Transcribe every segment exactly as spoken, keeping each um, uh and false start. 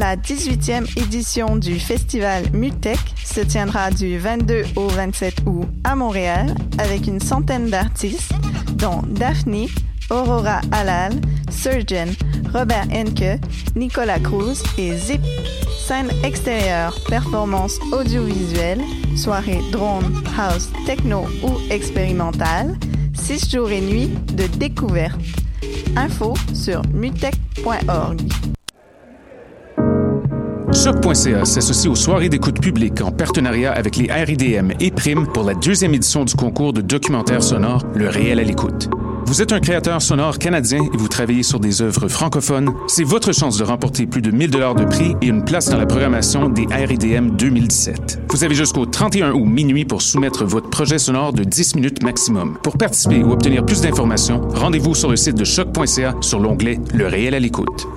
La dix-huitième édition du festival MUTEC se tiendra du vingt-deux au vingt-sept août à Montréal avec une centaine d'artistes, dont Daphne, Aurora Halal, Surgeon, Robert Henke, Nicolas Cruz et Zip. Scène extérieure, performances audiovisuelles, soirées drone, house, techno ou expérimentale, six jours et nuits de découverte. Info sur mutec point org. Choc point c a s'associe aux soirées d'écoute publique en partenariat avec les R I D M et Prime pour la deuxième édition du concours de documentaire sonore Le Réel à l'écoute. Vous êtes un créateur sonore canadien et vous travaillez sur des œuvres francophones, c'est votre chance de remporter plus de mille dollars de prix et une place dans la programmation des R I D M deux mille dix-sept. Vous avez jusqu'au trente et un août minuit pour soumettre votre projet sonore de dix minutes maximum. Pour participer ou obtenir plus d'informations, rendez-vous sur le site de choc point c a sur l'onglet Le Réel à l'écoute.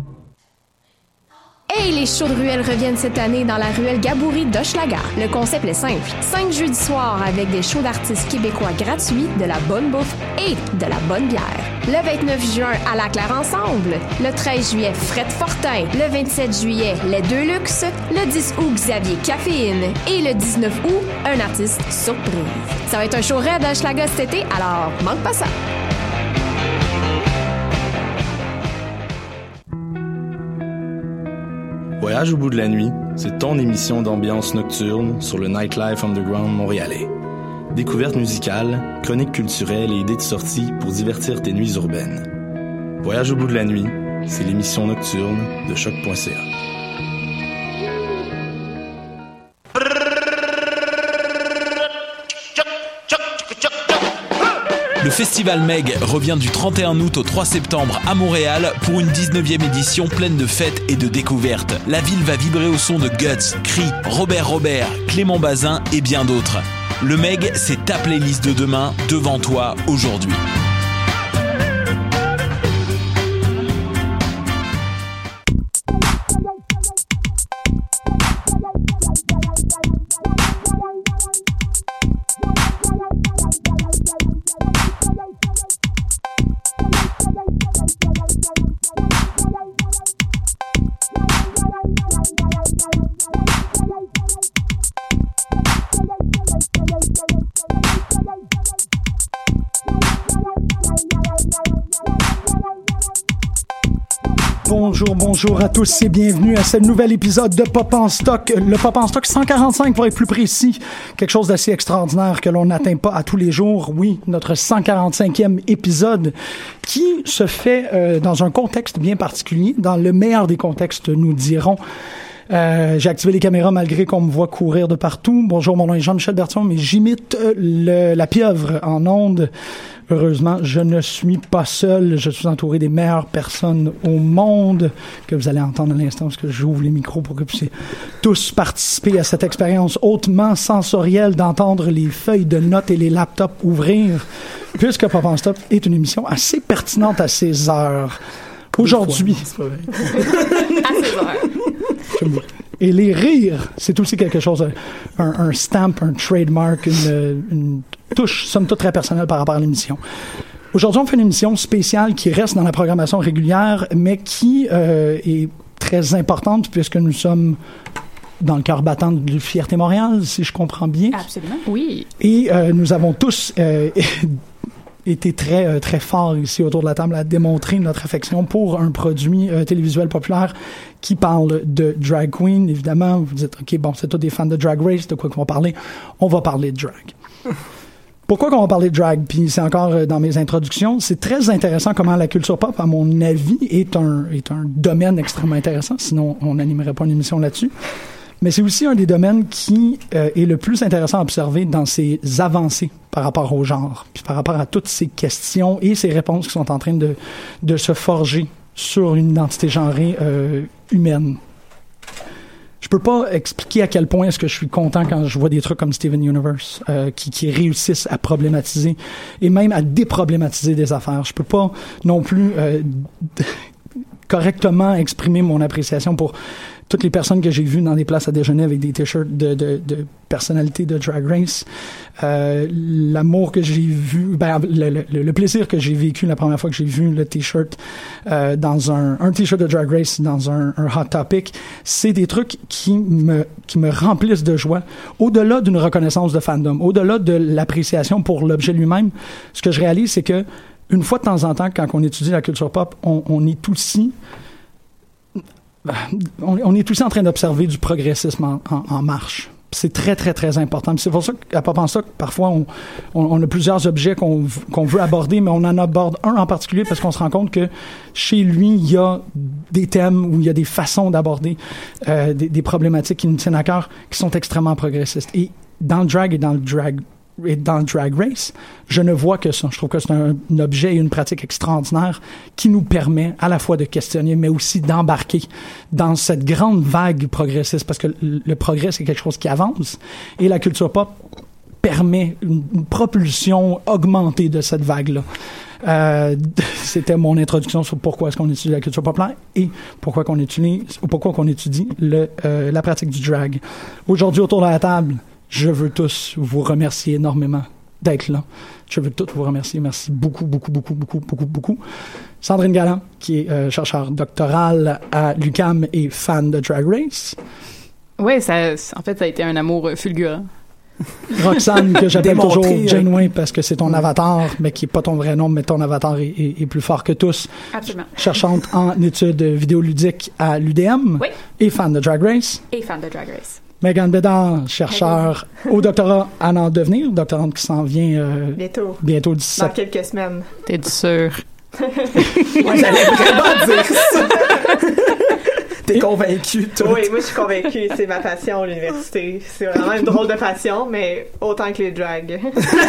Hey, les shows de ruelle reviennent cette année dans la ruelle Gaboury d'Hochelaga. Le concept est simple. Cinq jeudis soirs avec des shows d'artistes québécois gratuits, de la bonne bouffe et de la bonne bière. Le vingt-neuf juin, à la Claire Ensemble. Le treize juillet, Fred Fortin. Le vingt-sept juillet, Les Deux Luxe. Le dix août, Xavier Caféine. Et le dix-neuf août, un artiste surprise. Ça va être un show raide à Hochelaga cet été, alors manque pas ça. Voyage au bout de la nuit, c'est ton émission d'ambiance nocturne sur le Nightlife Underground montréalais. Découvertes musicales, chroniques culturelles et idées de sortie pour divertir tes nuits urbaines. Voyage au bout de la nuit, c'est l'émission nocturne de choc point c a. Le Festival Meg revient du trente et un août au trois septembre à Montréal pour une dix-neuvième édition pleine de fêtes et de découvertes. La ville va vibrer au son de Guts, Cri, Robert Robert, Clément Bazin et bien d'autres. Le Meg, c'est ta playlist de demain devant toi aujourd'hui. Bonjour, bonjour à tous et bienvenue à ce nouvel épisode de Pop en Stock. Le Pop en Stock cent quarante-cinq pour être plus précis. Quelque chose d'assez extraordinaire que l'on n'atteint pas à tous les jours. Oui, notre cent quarante-cinquième épisode qui se fait euh, dans un contexte bien particulier. Dans le meilleur des contextes, nous dirons. Euh, j'ai activé les caméras malgré qu'on me voit courir de partout. Bonjour, mon nom est Jean-Michel Berton, mais j'imite le, la pieuvre en ondes. Heureusement, je ne suis pas seul. Je suis entouré des meilleures personnes au monde que vous allez entendre à l'instant parce que j'ouvre les micros pour que vous puissiez tous participer à cette expérience hautement sensorielle d'entendre les feuilles de notes et les laptops ouvrir, puisque Pop en Stop est une émission assez pertinente à ces heures. Aujourd'hui. À ces heures. Et les rires, c'est aussi quelque chose, un, un stamp, un trademark, une, une touche, somme toute très personnelle par rapport à l'émission. Aujourd'hui, on fait une émission spéciale qui reste dans la programmation régulière, mais qui euh, est très importante puisque nous sommes dans le cœur battant de Fierté Montréal, si je comprends bien. Absolument, oui. Et euh, nous avons tous euh, été très euh, très forts ici autour de la table à démontrer notre affection pour un produit euh, télévisuel populaire qui parle de drag queen. Évidemment, vous dites, OK, bon, c'est tous des fans de Drag Race, de quoi qu'on va parler? On va parler de drag. Pourquoi qu'on va parler de drag? Puis c'est encore euh, dans mes introductions. C'est très intéressant comment la culture pop, à mon avis, est un, est un domaine extrêmement intéressant. Sinon, on n'animerait pas une émission là-dessus. Mais c'est aussi un des domaines qui euh, est le plus intéressant à observer dans ses avancées par rapport au genre, puis par rapport à toutes ces questions et ces réponses qui sont en train de, de se forger sur une identité genrée euh, humaine. Je peux pas expliquer à quel point est-ce que je suis content quand je vois des trucs comme Steven Universe euh, qui, qui réussissent à problématiser et même à déproblématiser des affaires. Je peux pas non plus euh, correctement exprimer mon appréciation pour toutes les personnes que j'ai vues dans des places à déjeuner avec des t-shirts de, de, de personnalités de Drag Race, euh, l'amour que j'ai vu, ben, le, le, le plaisir que j'ai vécu la première fois que j'ai vu le t-shirt euh, dans un, un t-shirt de Drag Race dans un, un Hot Topic, c'est des trucs qui me, qui me remplissent de joie. Au-delà d'une reconnaissance de fandom, au-delà de l'appréciation pour l'objet lui-même, ce que je réalise, c'est que une fois de temps en temps, quand on étudie la culture pop, on, on est aussi on, on est aussi en train d'observer du progressisme en, en, en marche. C'est très, très, très important. Puis c'est pour ça qu'à pas penser que parfois, on, on, on a plusieurs objets qu'on, qu'on veut aborder, mais on en aborde un en particulier parce qu'on se rend compte que chez lui, il y a des thèmes ou il y a des façons d'aborder euh, des, des problématiques qui nous tiennent à cœur, qui sont extrêmement progressistes. Et dans le drag et dans le drag et dans le Drag Race, je ne vois que ça. Je trouve que c'est un, un objet et une pratique extraordinaire qui nous permet à la fois de questionner, mais aussi d'embarquer dans cette grande vague progressiste, parce que le, le progrès, c'est quelque chose qui avance, et la culture pop permet une, une propulsion augmentée de cette vague-là. Euh, c'était mon introduction sur pourquoi est-ce qu'on étudie la culture populaire et pourquoi qu'on étudie, ou pourquoi qu'on étudie le, euh, la pratique du drag. Aujourd'hui, autour de la table, je veux tous vous remercier énormément d'être là. Je veux tous vous remercier. Merci beaucoup, beaucoup, beaucoup, beaucoup, beaucoup, beaucoup. Sandrine Galland, qui est euh, chercheure doctorale à l'U Q A M et fan de Drag Race. Oui, ça, en fait, ça a été un amour fulgurant. Roxane, que j'appelle Démontré, toujours Janeway parce que c'est ton avatar, mais qui n'est pas ton vrai nom, mais ton avatar est, est, est plus fort que tous. Absolument. Cherchante en études vidéoludiques à l'U D M. Oui. Et fan de Drag Race. Et fan de Drag Race. Mégane Bédard, chercheur au doctorat à en devenir, doctorante qui s'en vient euh, bientôt. Bientôt dix-sept. Dans quelques semaines. T'es sûr? Moi, j'allais vraiment dire ça. T'es convaincu, toi? Oui, moi, je suis convaincue. C'est ma passion, l'université. C'est vraiment une drôle de passion, mais autant que les drags.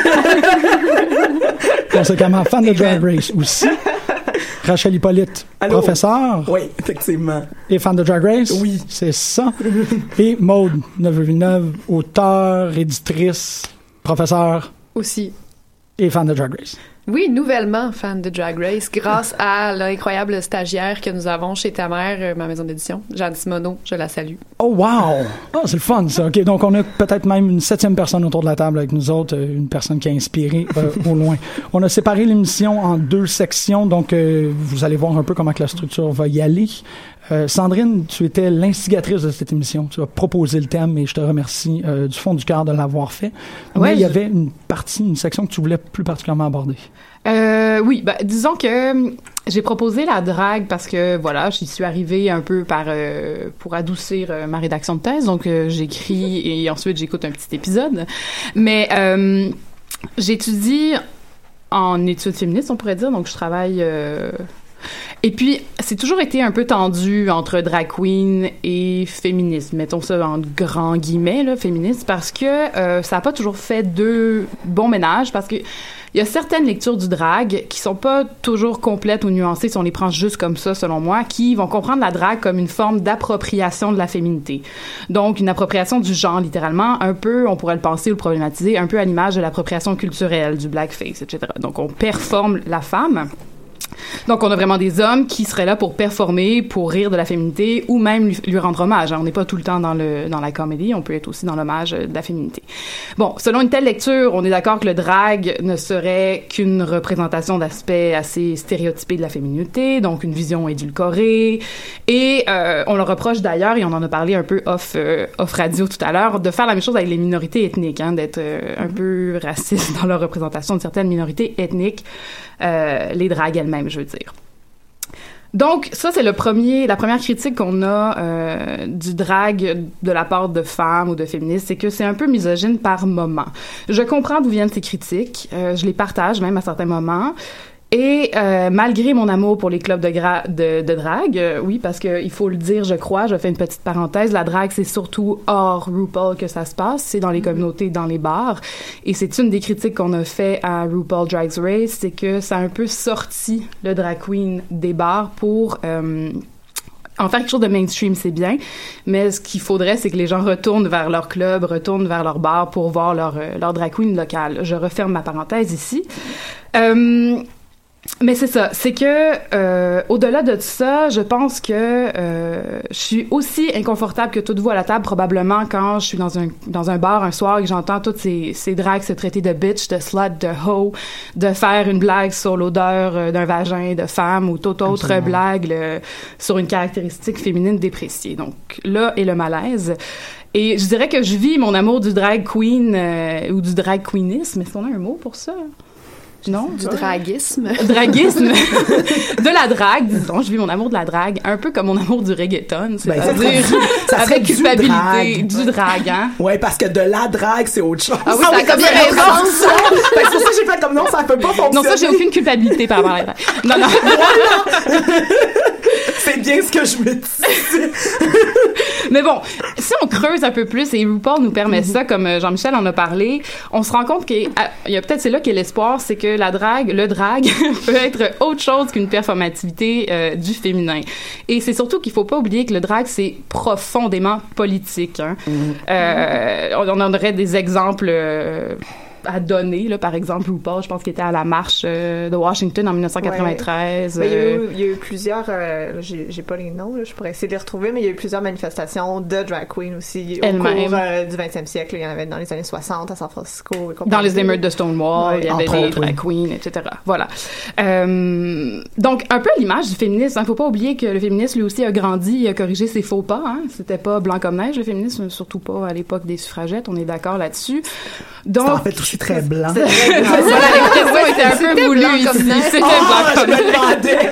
Conséquemment, fan de Drag Race aussi. Rachel Hippolyte, Allô? Professeur. Oui, effectivement. Et fan de Drag Race. Oui. C'est ça. Et Maude Neveu-Villeneuve, auteure, éditrice, professeur. Aussi. Et fan de Drag Race. Oui, nouvellement fan de Drag Race, grâce à l'incroyable stagiaire que nous avons chez ta mère, euh, ma maison d'édition, Jeanne Simoneau, je la salue. Oh, wow! Oh, c'est le fun, ça. OK, donc on a peut-être même une septième personne autour de la table avec nous autres, euh, une personne qui a inspiré euh, au loin. On a séparé l'émission en deux sections, donc euh, vous allez voir un peu comment que la structure va y aller. Euh, Sandrine, tu étais l'instigatrice de cette émission. Tu as proposé le thème et je te remercie euh, du fond du cœur de l'avoir fait. Mais Ouais, il y je... avait une partie, une section que tu voulais plus particulièrement aborder. Euh, oui, ben, disons que j'ai proposé la drague parce que, voilà, j'y suis arrivée un peu par euh, pour adoucir euh, ma rédaction de thèse. Donc, euh, j'écris et ensuite, j'écoute un petit épisode. Mais euh, j'étudie en études féministes, on pourrait dire. Donc, je travaille... Euh, Et puis, c'est toujours été un peu tendu entre drag queen et féminisme, mettons ça en grands guillemets, là, féministe, parce que euh, ça n'a pas toujours fait deux bons ménages, parce que il y a certaines lectures du drag qui sont pas toujours complètes ou nuancées, si on les prend juste comme ça, selon moi, qui vont comprendre la drag comme une forme d'appropriation de la féminité. Donc, une appropriation du genre, littéralement, un peu, on pourrait le penser ou le problématiser, un peu à l'image de l'appropriation culturelle, du blackface, et cetera. Donc, on performe la femme. Donc, on a vraiment des hommes qui seraient là pour performer, pour rire de la féminité ou même lui, lui rendre hommage. On n'est pas tout le temps dans le dans la comédie, on peut être aussi dans l'hommage de la féminité. Bon, selon une telle lecture, on est d'accord que le drag ne serait qu'une représentation d'aspects assez stéréotypés de la féminité, donc une vision édulcorée. Et euh, on leur reproche d'ailleurs, et on en a parlé un peu off, euh, off radio tout à l'heure, de faire la même chose avec les minorités ethniques, hein, d'être euh, un peu raciste dans leur représentation de certaines minorités ethniques. Euh, les dragues elles-mêmes, je veux dire. Donc, ça, c'est le premier, la première critique qu'on a euh, du drag de la part de femmes ou de féministes, c'est que c'est un peu misogyne par moment. Je comprends d'où viennent ces critiques, euh, je les partage même à certains moments. Et euh, malgré mon amour pour les clubs de, gra- de, de drague, euh, oui, parce que il faut le dire, je crois, je fais une petite parenthèse, la drague, c'est surtout hors RuPaul que ça se passe, c'est dans les communautés, dans les bars. Et c'est une des critiques qu'on a fait à RuPaul Drag Race, c'est que ça a un peu sorti le drag queen des bars pour... Euh, en faire quelque chose de mainstream, c'est bien, mais ce qu'il faudrait, c'est que les gens retournent vers leur club, retournent vers leur bar pour voir leur, leur drag queen locale. Je referme ma parenthèse ici. Euh... Mais c'est ça, c'est que euh, au-delà de ça, je pense que euh, je suis aussi inconfortable que toutes vous à la table probablement quand je suis dans un dans un bar un soir et que j'entends toutes ces ces drags se traiter de bitch, de slut, de hoe, de faire une blague sur l'odeur euh, d'un vagin de femme ou toute autre Absolument. blague le, sur une caractéristique féminine dépréciée. Donc là est le malaise. Et je dirais que je vis mon amour du drag queen euh, ou du drag queenisme. Est-ce qu'on a un mot pour ça? Non? Du draguisme. Draguisme. De la drague, disons. Je vis mon amour de la drague, un peu comme mon amour du reggaeton. C'est-à-dire, ben, ça avec du culpabilité, drag. du drag, hein? Ouais, parce que de la drague, c'est autre chose. Ah oui, ça a comme bien raison. C'est pour ça que j'ai fait comme non, ça peut pas fonctionner. Non, ça, j'ai aucune culpabilité par rapport à la drague. Non, non. Voilà. C'est bien ce que je me dis. Mais bon, si on creuse un peu plus, et RuPaul nous permet ça, comme Jean-Michel en a parlé, on se rend compte qu'il y a peut-être, c'est là qu'est l'espoir, c'est que la drague, le drag, peut être autre chose qu'une performativité euh, du féminin. Et c'est surtout qu'il faut pas oublier que le drag, c'est profondément politique. Hein. Mm-hmm. Euh, on en aurait des exemples... Euh, à donner, là, par exemple, RuPaul, je pense qu'il était à la marche euh, de Washington en dix-neuf cent quatre-vingt-treize. Ouais. Euh... Il, y a eu, il y a eu plusieurs, euh, j'ai, j'ai pas les noms, là, je pourrais essayer de les retrouver, mais il y a eu plusieurs manifestations de drag queen aussi au cours euh, du vingtième siècle. Il y en avait dans les années soixante à San Francisco. Et dans les émeutes de Stonewall, ouais, il y avait des autres, drag queens, et cetera. Voilà. Euh, donc, un peu à l'image du féminisme, il hein, faut pas oublier que le féminisme, lui aussi, a grandi et a corrigé ses faux pas. Hein. C'était pas blanc comme neige, le féminisme, surtout pas à l'époque des suffragettes, on est d'accord là-dessus. Donc, c'est en fait aussi très blanc. Voilà, l'expression était un peu voulue ici. C'était blanc comme neige.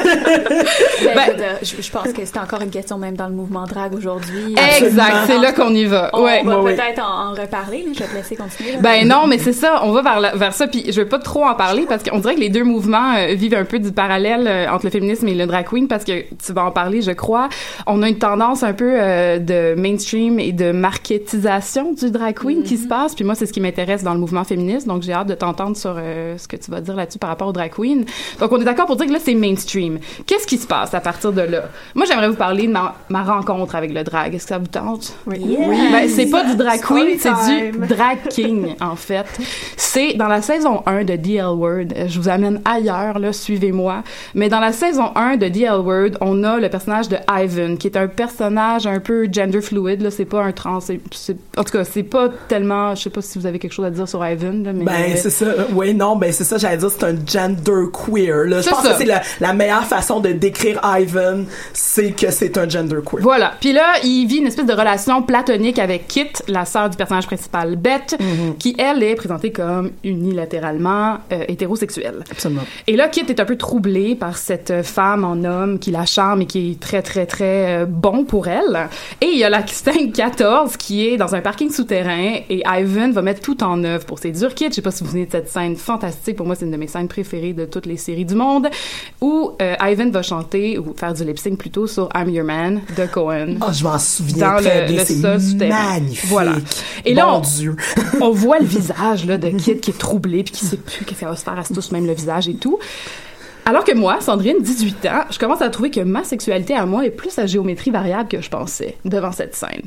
Ben, je, je pense que c'est encore une question même dans le mouvement drag aujourd'hui. Exact, c'est là qu'on y va. On ouais, va ouais, peut-être en, en reparler, mais je vais te laisser continuer. Là. Ben non, mais c'est ça, on va vers, la, vers ça, puis je vais pas trop en parler parce qu'on dirait que les deux mouvements euh, vivent un peu du parallèle euh, entre le féminisme et le drag queen parce que tu vas en parler, je crois. On a une tendance un peu euh, de mainstream et de marketisation du drag queen mm-hmm. qui se passe, puis moi, c'est ce qui m'intéresse dans le mouvement féministe, donc j'ai hâte de t'entendre sur euh, ce que tu vas dire là-dessus par rapport au drag queen. Donc on est d'accord pour dire que là, c'est mainstream. Qu'est-ce qui se passe à partir de là? Moi, j'aimerais vous parler de ma, ma rencontre avec le drag. Est-ce que ça vous tente? Oui. Yes. Oui. Ben, c'est pas du drag queen, c'est du drag king, en fait. C'est dans la saison un de The L Word. Je vous amène ailleurs, là, suivez-moi. Mais dans la saison un de The L Word, on a le personnage de Ivan, qui est un personnage un peu gender fluid, là. C'est pas un trans. C'est, c'est, en tout cas, c'est pas tellement, je sais pas si vous avez quelque chose à dire sur Ivan, là, mais. Ben, c'est ça. Oui, non, ben, c'est ça, j'allais dire, c'est un gender queer, là. Je pense ça. que c'est la, la meilleure façon de décrire Ivan, c'est que c'est un gender queer. Voilà. Puis là, il vit une espèce de relation platonique avec Kit, la sœur du personnage principal, Beth, mm-hmm. qui, elle, est présentée comme unilatéralement euh, hétérosexuelle. Absolument. Et là, Kit est un peu troublée par cette femme en homme qui la charme et qui est très, très, très euh, bon pour elle. Et il y a la scène quatorze qui est dans un parking souterrain et Ivan va mettre tout en œuvre pour séduire Kit. Je sais pas si vous vous souvenez de cette scène fantastique. Pour moi, c'est une de mes scènes préférées de toutes les séries du monde où euh, Ivan va chanter ou faire du lip-sync plutôt sur I'm Your Man de Cohen. Oh, je m'en souviens dans très le, bien. Le C'est magnifique. Voilà. Et bon là, on, Dieu. on voit le visage là, de Kit qui est troublé puis qui sait plus qu'est-ce qu'elle va se faire. Elle se touche même le visage et tout. Alors que moi, Sandrine, dix-huit ans, je commence à trouver que ma sexualité à moi est plus à géométrie variable que je pensais devant cette scène.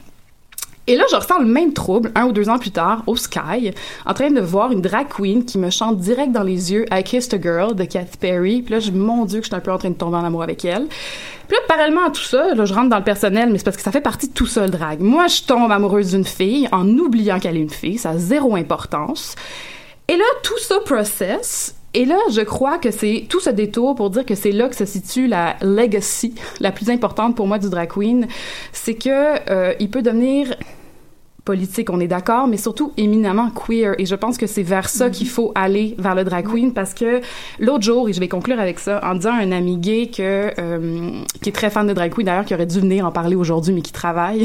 Et là, je ressens le même trouble, un ou deux ans plus tard, au Sky, en train de voir une drag queen qui me chante direct dans les yeux « I Kissed a Girl » de Katy Perry. Puis là, je, mon Dieu, que je suis un peu en train de tomber en amour avec elle. Puis là, parallèlement à tout ça, là, je rentre dans le personnel, mais c'est parce que ça fait partie de tout ça, le drag. Moi, je tombe amoureuse d'une fille en oubliant qu'elle est une fille. Ça a zéro importance. Et là, tout ça process... Et là, je crois que c'est tout ce détour pour dire que c'est là que se situe la legacy, la plus importante pour moi du drag queen, c'est que euh, il peut devenir politique, on est d'accord, mais surtout éminemment queer. Et je pense que c'est vers ça mm-hmm. qu'il faut aller, vers le drag queen, parce que l'autre jour, et je vais conclure avec ça, en disant à un ami gay que, euh, qui est très fan de drag queen, d'ailleurs, qui aurait dû venir en parler aujourd'hui, mais qui travaille,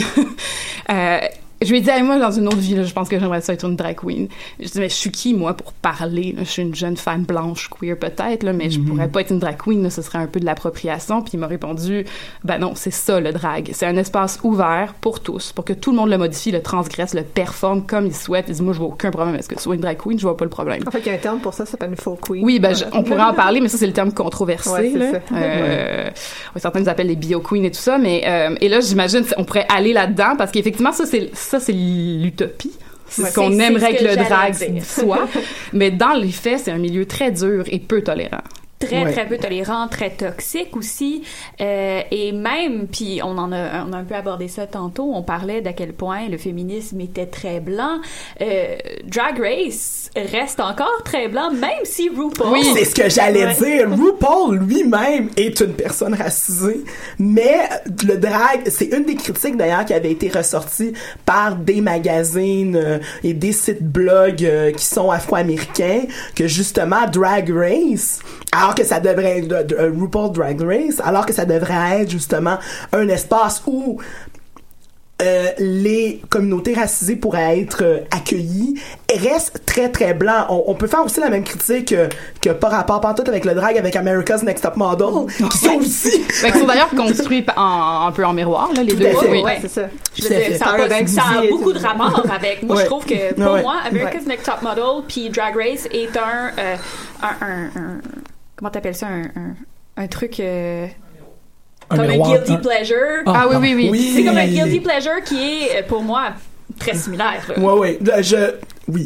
euh, je lui ai dit, hey, moi, dans une autre vie, là, je pense que j'aimerais ça être une drag queen. Je dis, mais je suis qui, moi, pour parler? Là? Je suis une jeune femme blanche, queer, peut-être, là, mais mm-hmm. je pourrais pas être une drag queen, là, ce serait un peu de l'appropriation. Puis il m'a répondu, ben non, c'est ça, le drag. C'est un espace ouvert pour tous, pour que tout le monde le modifie, le transgresse, le performe comme il souhaite. Il dit, moi, je vois aucun problème. Est-ce que tu sois une drag queen? Je vois pas le problème. En fait, il y a un terme pour ça, ça s'appelle une faux queen. Oui, ben, je, on pourrait en parler, mais ça, c'est le terme controversé, ouais, c'est là. Ça. Euh, ouais. Certains nous appellent les bio queens et tout ça, mais, euh, et là, j'imagine, on pourrait aller là-dedans, parce qu'effectivement, ça, c'est, ça, c'est l'utopie. C'est ouais, ce qu'on c'est, aimerait c'est ce que, que le drag soit. Mais dans les faits, c'est un milieu très dur et peu tolérant. très, ouais. très peu tolérants, très toxiques aussi. Euh, et même, puis on en a, on a un peu abordé ça tantôt, on parlait d'à quel point le féminisme était très blanc. Euh, Drag Race reste encore très blanc, même si RuPaul... Oui, c'est ce que j'allais ouais. dire. RuPaul lui-même est une personne racisée, mais le drag, c'est une des critiques d'ailleurs qui avait été ressortie par des magazines euh, et des sites blogs euh, qui sont afro-américains, que justement Drag Race, alors que ça devrait être euh, RuPaul Drag Race, alors que ça devrait être justement un espace où Euh, les communautés racisées pourraient être euh, accueillies, reste très très blanc. On, on peut faire aussi la même critique euh, que par rapport pantoute avec le drag avec America's Next Top Model, qui sont aussi... Ben, qui sont d'ailleurs construits en, un peu en miroir, là, les Tout deux. à fait. Oui, Ouais, c'est ça. Je veux dire, ça, a, pas- ça a beaucoup de rapport avec. Moi, Ouais. je trouve que pour Ouais. moi, America's Ouais. Next Top Model puis Drag Race est un, euh, un, un, un- comment t'appelles ça, un, un, un truc euh, Un comme miroir, un guilty un- pleasure. Ah, Ah oui, oui, oui. Oui. C'est comme un guilty pleasure qui est euh, pour moi très similaire. là. Ouais, ouais. Euh, Je... Oui.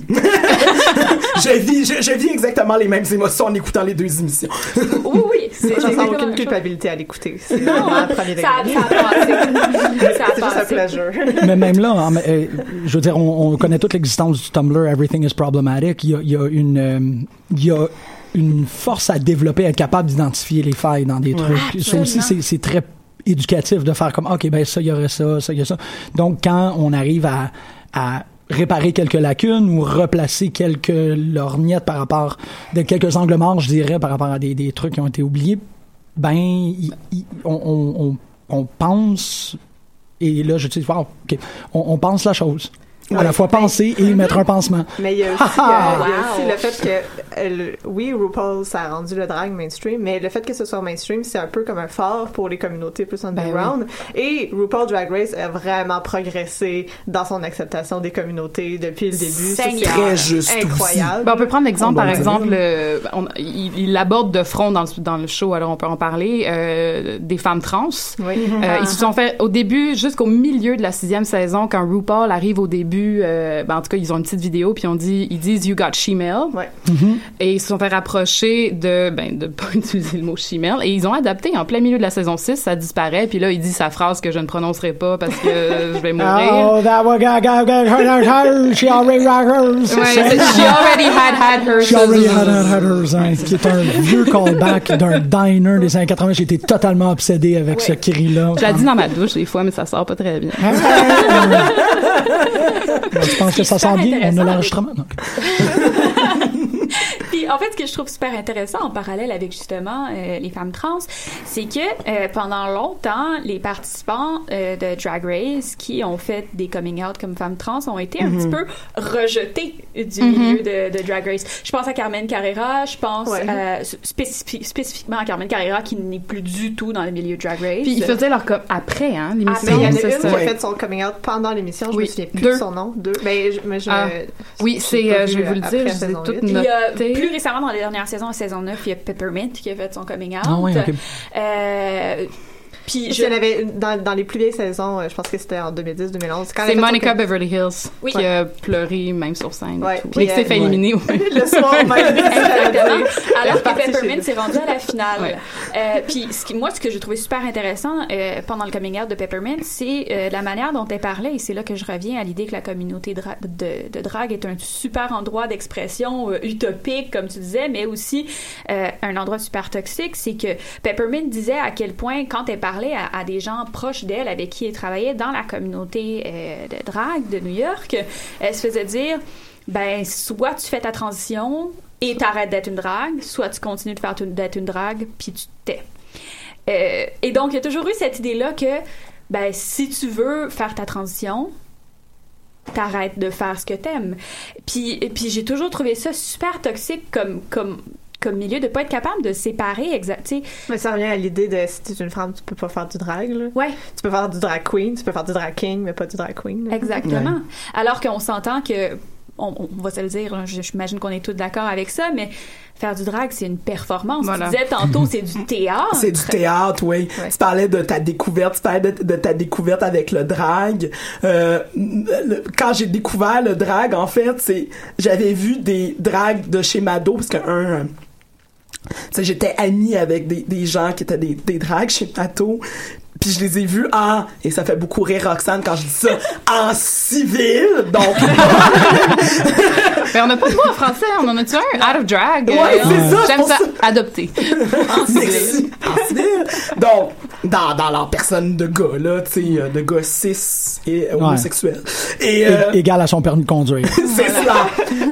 je, vis, je, je vis exactement les mêmes émotions en écoutant les deux émissions. Oui, oui, c'est Je c'est sens exactement la aucune même chose. culpabilité à l'écouter. C'est Non, vraiment un premier ça, degré. ça a passé. Ça a C'est juste un passé. pleasure. Mais même là, en- euh, je veux dire, on, on connaît toute l'existence du Tumblr, Everything is Problematic. Il y a, il y a une, euh, il y a une force à développer, à être capable d'identifier les failles dans des trucs. Ça aussi, c'est, c'est très éducatif de faire comme, OK, ben ça, il y aurait ça, ça, il y a ça. Donc, quand on arrive à, à réparer quelques lacunes ou replacer quelques lorgnettes par rapport, de quelques angles morts, je dirais, par rapport à des, des trucs qui ont été oubliés, ben, il, il, on, on, on, on pense, et là, je dis, wow, OK, on, on pense la chose. À la fois penser et mettre un pansement. Mais il y a aussi, Ah, euh, il y a wow. aussi le fait que, euh, le- oui, RuPaul, ça a rendu le drag mainstream, mais le fait que ce soit mainstream, c'est un peu comme un phare pour les communautés plus underground. Et RuPaul Drag Race a vraiment progressé dans son acceptation des communautés depuis le début. Ça, c'est Très juste incroyable. Ben, on peut prendre l'exemple, On par va le exemple, euh, on- il, il aborde de front dans le, dans le show, alors on peut en parler, euh, des femmes trans. Oui. Euh, ils se sont fait, au début, jusqu'au milieu de la sixième saison, quand RuPaul arrive au début, euh, ben, en tout cas, ils ont une petite vidéo, puis on dit, ils disent « You got she-mail Ouais. ». Et ils se sont fait rapprocher de, ben, de pas utiliser le mot she-mail. Et ils ont adapté en plein milieu de la saison six, ça disparaît, puis là, il dit sa phrase que je ne prononcerai pas parce que je vais mourir. Oh, that was, she already had hers. Ouais, c'est She already had had hers. She already had had hers, hein, qui est un vieux callback d'un diner des années quatre-vingts. J'ai été totalement obsédé avec ce cri-là. Je la dis dans ma douche des fois, mais ça sort pas très bien. Je pense que ça sent bien. On a l'enregistrement. Donc. Puis en fait, ce que je trouve super intéressant en parallèle avec justement euh, les femmes trans, c'est que euh, pendant longtemps, les participants euh, de Drag Race qui ont fait des coming out comme femmes trans ont été un Mm-hmm. petit peu rejetés du Mm-hmm. milieu de, de Drag Race. Je pense à Carmen Carrera, je pense Ouais. euh, spécifi- spécifiquement à Carmen Carrera qui n'est plus du tout dans le milieu de Drag Race. Puis ils faisaient leur com- après, hein, Mais l'émission. il y en a c'est une ça. qui a fait son coming out pendant l'émission, je Oui. me souviens plus Deux. de son nom. Deux. Mais je, mais je, Ah. Oui, j'ai c'est, pas euh, vu je vais vous le après dire, la je vous ai saison tout huit. Puis, euh, noté. plus récemment, dans les dernières saisons, à saison neuf, il y a Peppermint qui a fait son coming out. Ah oui, ok. Euh, puis Puis il y en avait une- dans, dans les plus vieilles saisons, euh, je pense que c'était en deux mille dix deux mille onze. Quand elle C'est a fait son Monica com- Beverly Hills Oui. qui a pleuré même sur scène. Ouais, et tout. puis, Mais qui s'est euh, fait ouais. éliminer au même. le soir même. Exactement. Alors que partie chez Peppermint nous. s'est rendu à la finale. Ouais. Euh, puis ce qui, moi, ce que j'ai trouvé super intéressant euh, pendant le coming out de Peppermint, c'est euh, la manière dont elle parlait. Et c'est là que je reviens à l'idée que la communauté dra- de, de drague est un super endroit d'expression euh, utopique, comme tu disais, mais aussi euh, un endroit super toxique. C'est que Peppermint disait à quel point, quand elle parlait à, à des gens proches d'elle, avec qui elle travaillait dans la communauté euh, de drague de New York, elle se faisait dire, ben, soit tu fais ta transition et t'arrêtes d'être une drague, soit tu continues de faire t- d'être une drague, puis tu te tais. Euh, et donc, il y a toujours eu cette idée-là que, ben, si tu veux faire ta transition, t'arrêtes de faire ce que t'aimes. Puis, et puis j'ai toujours trouvé ça super toxique comme, comme, comme milieu, de pas être capable de séparer exact, tu sais. Mais ça revient à l'idée de si tu es une femme, tu peux pas faire du drag, là. Ouais. Tu peux faire du drag queen, tu peux faire du drag king, mais pas du drag queen. là. Exactement. Ouais. Alors qu'on s'entend que, on, on va se le dire, hein, j'imagine qu'on est tous d'accord avec ça, mais faire du drag, c'est une performance. Voilà. Tu disais tantôt, c'est du théâtre. C'est du théâtre, oui. Ouais. Tu parlais de ta découverte, tu parlais de, de ta découverte avec le drag. Euh, le- quand j'ai découvert le drag, en fait, c'est j'avais vu des drags de chez Mado, parce qu'un tu sais, j'étais amie avec des, des gens qui étaient des, des drags chez Pato. Puis je les ai vus en, et ça fait beaucoup rire Roxane quand je dis ça, en civil, donc... Mais on n'a pas de mot en français, on en a-tu un? Out of drag. Ouais, euh, c'est ça. J'aime ça, ça. adopter. En civil. En civil. Donc, dans, dans leur personne de gars, là, tu sais, de gars cis et homosexuels. Et, euh, é- égal à son permis de conduire. C'est ça.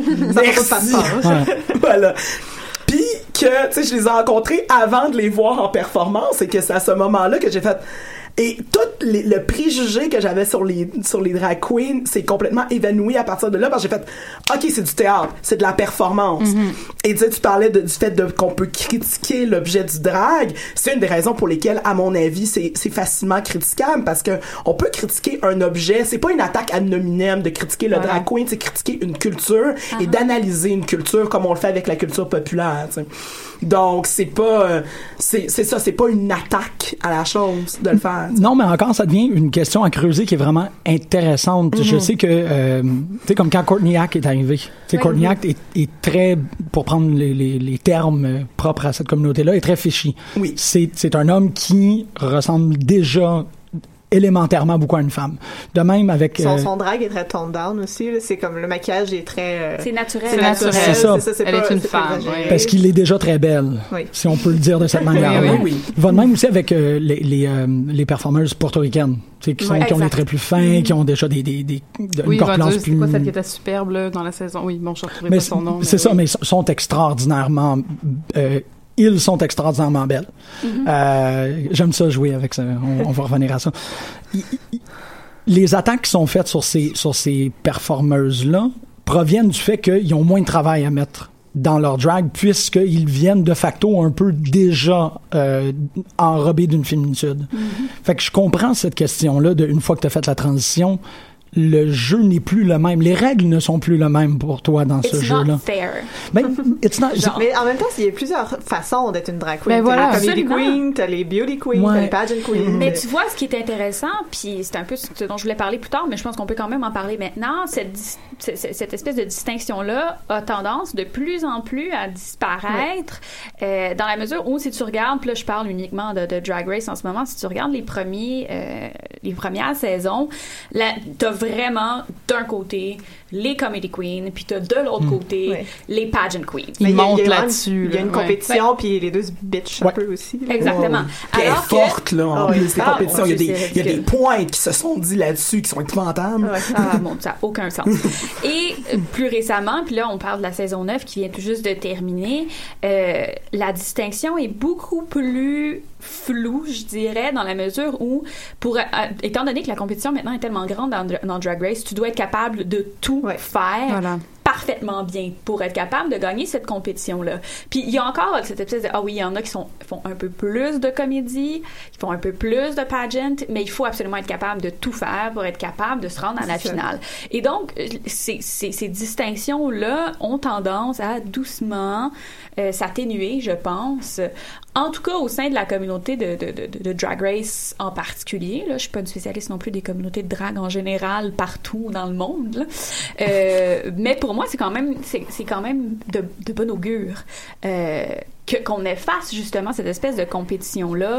Merci. Ouais. Voilà. Puis que, tu sais, je les ai rencontrés avant de les voir en performance et que c'est à ce moment-là que j'ai fait... Et tout les, le préjugé que j'avais sur les sur les drag queens s'est complètement évanoui à partir de là parce que j'ai fait OK, c'est du théâtre, c'est de la performance. Mm-hmm. Et tu sais, tu parlais de, du fait de qu'on peut critiquer l'objet du drag, c'est une des raisons pour lesquelles à mon avis c'est c'est facilement critiquable parce que on peut critiquer un objet, c'est pas une attaque ad nominem de critiquer le voilà. drag queen, c'est critiquer une culture uh-huh. et d'analyser une culture comme on le fait avec la culture populaire, tu sais. Donc c'est pas euh, c'est c'est ça, c'est pas une attaque à la chose de le faire. Non, mais encore, ça devient une question à creuser qui est vraiment intéressante. Mm-hmm. Je sais que, euh, tu sais, comme quand Courtney Act est arrivé, tu sais, oui. Courtney Act est, est très, pour prendre les, les, les termes propres à cette communauté-là, est très fishy. Oui. C'est, c'est un homme qui ressemble déjà élémentairement beaucoup à une femme. De même avec... Son, euh, son drag est très toned down aussi. Là. C'est comme le maquillage est très... Euh, c'est naturel. C'est naturel. C'est ça. C'est ça c'est Elle pas, est une c'est femme. pas Oui. Parce qu'il est déjà très belle, oui. si on peut le dire de cette manière. Oui, oui, oui. Il va de même aussi avec euh, les, les, euh, les performeuses portoricaines. Qui, sont, ouais, qui ont les traits plus fins, mm-hmm. qui ont déjà des, des, des, de, oui, une corpulence plus... Oui, c'est quoi celle qui était superbe là, dans la saison? Oui, bon, je ne retrouverai mais pas son nom. C'est mais ça, oui. mais sont extraordinairement... Euh, ils sont extraordinairement belles. Mm-hmm. Euh, j'aime ça jouer avec ça. On, on va revenir à ça. I, I, les attaques qui sont faites sur ces, sur ces performeuses-là proviennent du fait qu'ils ont moins de travail à mettre dans leur drag, puisqu'ils viennent de facto un peu déjà euh, enrobés d'une féminitude. Mm-hmm. Fait que je comprends cette question-là de une fois que tu as fait la transition, le jeu n'est plus le même. Les règles ne sont plus les mêmes pour toi dans it's ce jeu-là. Not fair. Ben, it's not Genre, mais en même temps, il y a plusieurs façons d'être une drag queen. Ben t'as voilà, les comedy absolument. queen, t'as les beauty queen, Ouais. t'as les pageant queen. Mais tu vois, ce qui est intéressant, puis c'est un peu ce dont je voulais parler plus tard, mais je pense qu'on peut quand même en parler maintenant, cette, dis- cette, cette espèce de distinction-là a tendance de plus en plus à disparaître euh, dans la mesure où, si tu regardes, puis là, je parle uniquement de, de Drag Race en ce moment, si tu regardes les premiers, euh, les premières saisons, là, t'as vraiment, d'un côté, les comedy queens, puis t'as de l'autre Mm. côté, Ouais. les pageant queens. Ils Mais il y a- montent il y a là-dessus. Il y a une là, compétition, ouais. puis les deux se bitchent Ouais. un peu aussi. là. Exactement. Puis elle est Alors que- forte, là, en Ah oui. plus, les Ah, compétitions. mon Il y a Dieu, des, c'est il y a des ridicule. points qui se sont dit là-dessus, qui sont épouvantables. Ouais. Ah mon Dieu, ça n'a aucun sens. Et euh, plus récemment, puis là on parle de la saison neuf qui vient tout juste de terminer, euh, la distinction est beaucoup plus floue, je dirais, dans la mesure où, pour, euh, étant donné que la compétition maintenant est tellement grande dans, dans Drag Race, tu dois être capable de tout Ouais. faire Voilà. parfaitement bien pour être capable de gagner cette compétition-là. Puis il y a encore cette espèce de, ah oui, il y en a qui sont, font un peu plus de comédie, qui font un peu plus de pageant, mais il faut absolument être capable de tout faire pour être capable de se rendre à la C'est ça. finale. Et donc, ces, ces, ces distinctions-là ont tendance à doucement euh, s'atténuer, je pense. En tout cas, au sein de la communauté de, de, de, de Drag Race en particulier. Là, je suis pas une spécialiste non plus des communautés de drag en général partout dans le monde. Là. Euh, mais pour moi, c'est quand même, c'est, c'est quand même de, de bon augure euh, que, qu'on efface justement cette espèce de compétition-là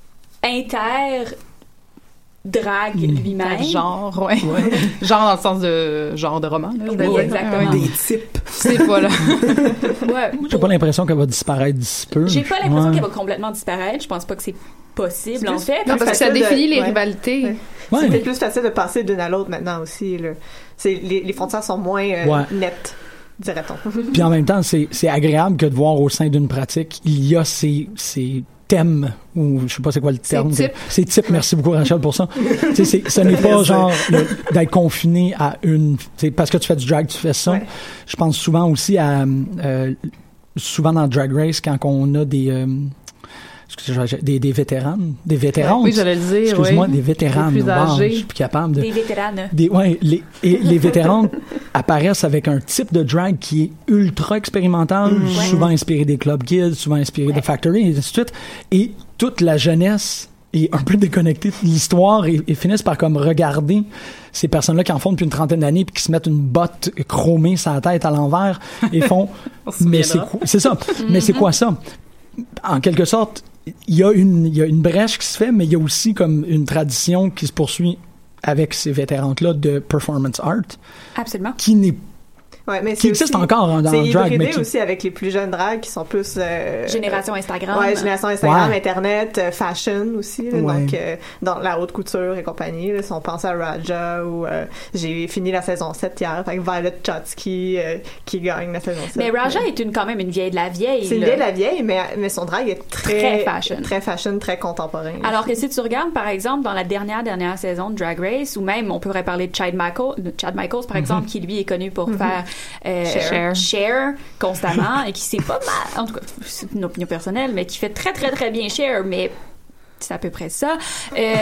inter drag lui-même. Genre, ouais. Ouais. Genre dans le sens de genre de roman. Là, je veux Oui, dire. exactement. Ouais. Des types. C'est pas là. Ouais. J'ai pas l'impression qu'elle va disparaître d'ici peu. J'ai pas l'impression Ouais. qu'elle va complètement disparaître. Je pense pas que c'est possible, C'est en plus- fait. Non, parce que ça facile de- définit les ouais. rivalités. Ouais. Ouais. C'est plus facile de passer d'une à l'autre maintenant aussi. Là. C'est, les, les frontières sont moins euh, Ouais. nettes, dirait-on. Puis en même temps, c'est, c'est agréable que de voir au sein d'une pratique, il y a ces, ces thèmes, ou je sais pas c'est quoi le Ces terme. types. Ces types, merci beaucoup Rachel pour ça. Tu sais, c'est, ce n'est pas plaisir. genre le- d'être confiné à une... tu sais, parce que tu fais du drag, tu fais ça. Ouais. Je pense souvent aussi à... euh, souvent dans Drag Race, quand on a des... euh, excusez, j'ai- des, des vétéranes, des vétérantes. Oui, j'allais le dire. Excuse-moi, oui. des vétéranes. Les plus Wow, âgés. je suis plus capable de... Des vétéranes. Des, ouais, les, et les vétérans apparaissent avec un type de drag qui est ultra expérimental, souvent inspiré des Club Kids, souvent inspiré de Ouais. Factory, et ainsi de suite. Et toute la jeunesse et un peu déconnectés de l'histoire et, et finissent par comme regarder ces personnes-là qui en font depuis une trentaine d'années puis qui se mettent une botte chromée sur la tête à l'envers et font mais c'est quoi c'est ça mm-hmm. mais c'est quoi ça en quelque sorte il y a une il y a une brèche qui se fait mais il y a aussi comme une tradition qui se poursuit avec ces vétérantes-là de performance art absolument qui n'est Ouais, mais qui existe aussi, encore hein, dans c'est le drag. C'est hybridé mais qui... aussi avec les plus jeunes drags qui sont plus... Euh, génération Instagram. Ouais, génération Instagram, ouais. Internet, euh, fashion aussi. Là, ouais. Donc, euh, dans la haute couture et compagnie. Là, si on pense à Raja ou... Euh, j'ai fini la saison sept hier avec Violet Chachki euh, qui gagne la saison sept. Mais Raja mais... est une, quand même une vieille de la vieille. C'est une vieille de la vieille, mais, mais son drag est très... Très fashion. Très fashion, très contemporain. Alors que si tu regardes, par exemple, dans la dernière, dernière saison de Drag Race, ou même, on pourrait parler de Chad Michaels, Chad Michaels par mm-hmm. exemple, qui lui est connu pour mm-hmm. faire... Euh, Cher. Cher constamment et qui sait pas mal, en tout cas c'est une opinion personnelle, mais qui fait très très très bien Cher, mais c'est à peu près ça. Euh,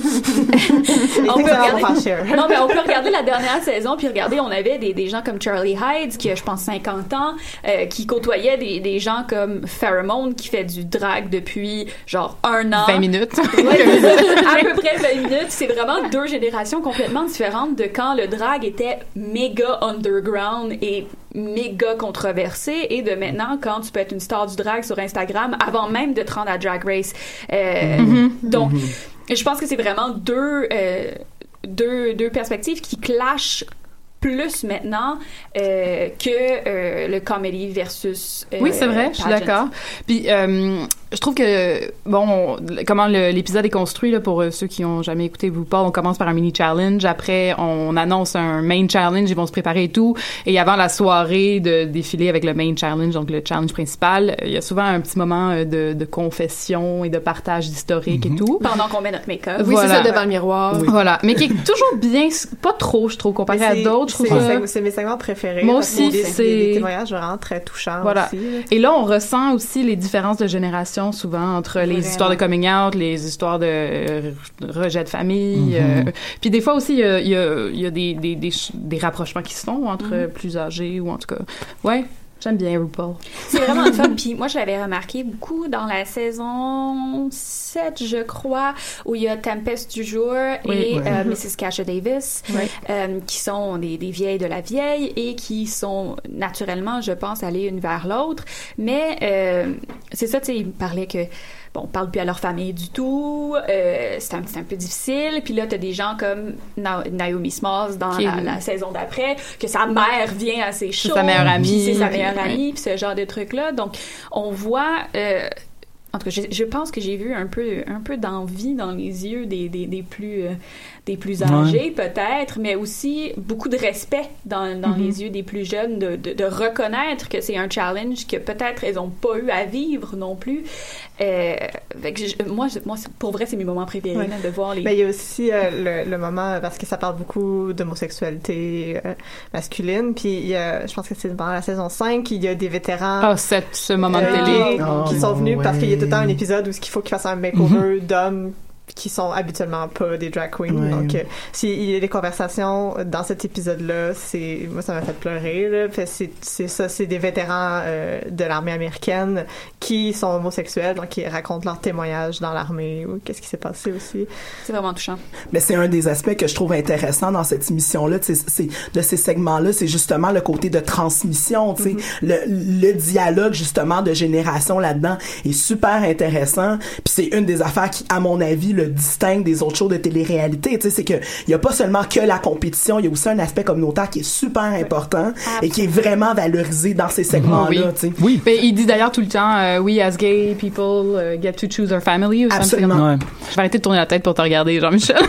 on peut regarder, non, mais on peut regarder la dernière saison, puis regarder, on avait des, des gens comme Charlie Hyde, qui a, je pense, cinquante ans, euh, qui côtoyait des, des gens comme Pheromone, qui fait du drag depuis, genre, un an. vingt minutes. Ouais, à peu près vingt minutes. C'est vraiment deux générations complètement différentes de quand le drag était méga underground et méga controversé et de maintenant quand tu peux être une star du drag sur Instagram avant même de te rendre à Drag Race. Euh, mm-hmm. Donc, mm-hmm. je pense que c'est vraiment deux, euh, deux, deux perspectives qui clashent plus maintenant euh, que euh, le comedy versus euh, oui, c'est vrai, je suis d'accord. Puis euh, je trouve que bon, comment le, l'épisode est construit là, pour euh, ceux qui ont jamais écouté RuPaul, on commence par un mini challenge, après on annonce un main challenge, ils vont se préparer et tout, et avant la soirée de défiler avec le main challenge, donc le challenge principal, il y a souvent un petit moment de, de confession et de partage d'historique mm-hmm. et tout. Pendant qu'on met notre make-up. Oui, voilà. C'est ça, devant le miroir. Oui. Voilà, mais qui est toujours bien, pas trop, je trouve, comparé à d'autres. C'est, ça... c'est mes segments préférés. Moi aussi, des, c'est... Des, des témoignages vraiment très touchants voilà. aussi. Et là, on ressent aussi les différences de génération souvent entre les Vraiment. histoires de coming out, les histoires de euh, rejet de famille. Mm-hmm. Euh, puis des fois aussi, il y a, y a, y a des, des, des, des rapprochements qui se font entre mm-hmm. plus âgés ou en tout cas... Ouais. J'aime bien RuPaul. C'est vraiment le fun. Puis moi, je l'avais remarqué beaucoup dans la saison sept, je crois, où il y a Tempest du jour oui, et oui. euh, missus Kasha Davis, oui. euh, qui sont des, des vieilles de la vieille et qui sont naturellement, je pense, allées une vers l'autre. Mais euh, c'est ça, tu sais, il me parlait que bon, on parle plus à leur famille du tout, euh, c'est, un, c'est un peu difficile. Puis là, t'as des gens comme Na- Naomi Smalls dans la, la saison d'après, que sa mère vient à ses shows. C'est sa meilleure amie. C'est sa meilleure amie, puis ce genre de trucs-là. Donc, on voit... Euh, en tout cas, je, je pense que j'ai vu un peu, un peu d'envie dans les yeux des, des, des plus... Euh, des plus âgés, ouais. peut-être, mais aussi beaucoup de respect dans, dans mm-hmm. les yeux des plus jeunes, de, de, de reconnaître que c'est un challenge que peut-être ils n'ont pas eu à vivre non plus. Euh, que je, moi, je, moi, pour vrai, c'est mes moments préférés, ouais. là, de voir les... Ben, il y a aussi euh, le, le moment, parce que ça parle beaucoup d'homosexualité euh, masculine, puis il y a, je pense que c'est pendant la saison cinq, il y a des vétérans... Ah, oh, cette, ce moment euh, de télé. qui oh, sont venus, ouais. parce qu'il y a tout le temps un épisode où il faut qu'ils fassent un makeover mm-hmm. d'hommes qui sont habituellement pas des drag queens. Ouais, donc, ouais. euh, s'il y a des conversations dans cet épisode-là, c'est, moi, ça m'a fait pleurer, là. Fait, c'est, c'est ça, c'est des vétérans euh, de l'armée américaine qui sont homosexuels, donc qui racontent leurs témoignages dans l'armée ou qu'est-ce qui s'est passé aussi. C'est vraiment touchant. Mais c'est un des aspects que je trouve intéressant dans cette émission-là, c'est, c'est, de ces segments-là, c'est justement le côté de transmission, tu sais. Mm-hmm. Le, le dialogue, justement, de génération là-dedans est super intéressant. Puis c'est une des affaires qui, à mon avis, le distingue des autres shows de télé-réalité, tu sais, c'est que il y a pas seulement que la compétition, il y a aussi un aspect communautaire qui est super important oui. et qui est vraiment valorisé dans ces segments-là, oui. tu sais. Oui. Ben, il dit d'ailleurs tout le temps, euh, we as gay people uh, get to choose our family ou absolument. Ouais. Je vais arrêter de tourner la tête pour te regarder, Jean-Michel.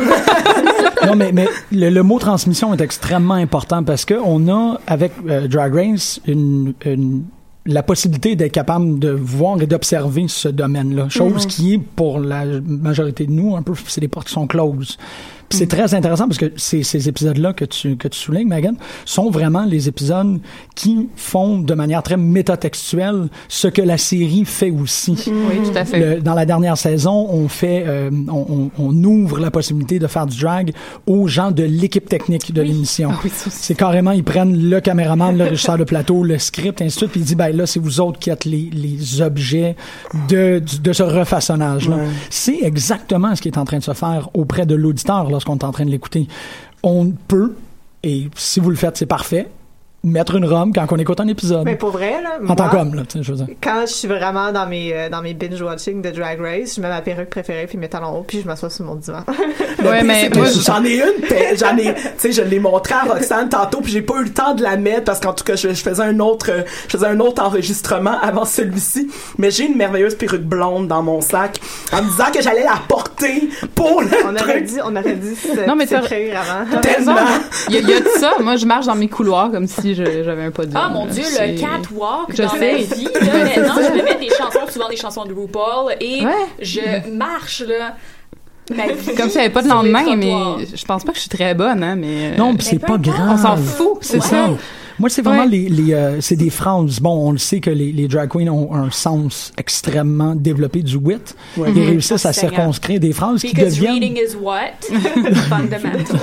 Non, mais, mais le, le mot transmission est extrêmement important parce que on a, avec euh, Drag Race, une, une la possibilité d'être capable de voir et d'observer ce domaine-là, chose mm-hmm. qui est, pour la majorité de nous, un peu, c'est des portes qui sont closes. Puis c'est très intéressant parce que ces, ces épisodes-là que tu, que tu soulignes, Megan, sont vraiment les épisodes qui font de manière très métatextuelle ce que la série fait aussi. Oui, tout à fait. Le, dans la dernière saison, on fait, euh, on, on, on ouvre la possibilité de faire du drag aux gens de l'équipe technique de oui. l'émission. Ah oui, c'est carrément, ils prennent le caméraman, le régisseur de plateau, le script, ainsi de suite, puis ils disent, ben là, c'est vous autres qui êtes les, les objets de, de ce refaçonnage-là. Ouais. C'est exactement ce qui est en train de se faire auprès de l'auditeur lorsqu'on est en train de l'écouter. On peut, et si vous le faites, c'est parfait, mettre une rhum quand on écoute un épisode. Mais pour vrai, là, en moi, tant qu'homme, là, tu sais, je veux dire. Quand je suis vraiment dans mes, euh, dans mes binge-watching de Drag Race, je mets ma perruque préférée puis mes talons hauts puis je m'assois sur mon divan. Ouais, mais moi, j'en ai une, j'en ai, tu sais, je l'ai montré à Roxane tantôt puis j'ai pas eu le temps de la mettre parce qu'en tout cas, je, je faisais un autre, je faisais un autre enregistrement avant celui-ci, mais j'ai une merveilleuse perruque blonde dans mon sac en me disant que j'allais la porter pour le On aurait dit, on aurait dit non, mais s'écrire avant. Tellement. Il y, a, il y a de ça. Moi, je marche dans mes couloirs comme si je, j'avais un pas de Ah, mon Dieu, c'est... le catwalk je dans sais. ma vie. Là, maintenant, je me mets des chansons, souvent des chansons de RuPaul, et ouais. je marche, là. Comme s'il n'y avait pas de lendemain, mais je pense pas que je suis très bonne, hein, mais... Non, mais c'est pas grave. On s'en fout, c'est, c'est ça. ça. Moi, c'est vraiment ouais. les, les euh, c'est des phrases. Bon, on le sait que les, les drag queens ont un sens extrêmement développé du wit. Ouais. Ils mm-hmm. réussissent à circonscrire des phrases Because qui deviennent. Reading is what? Fundamental.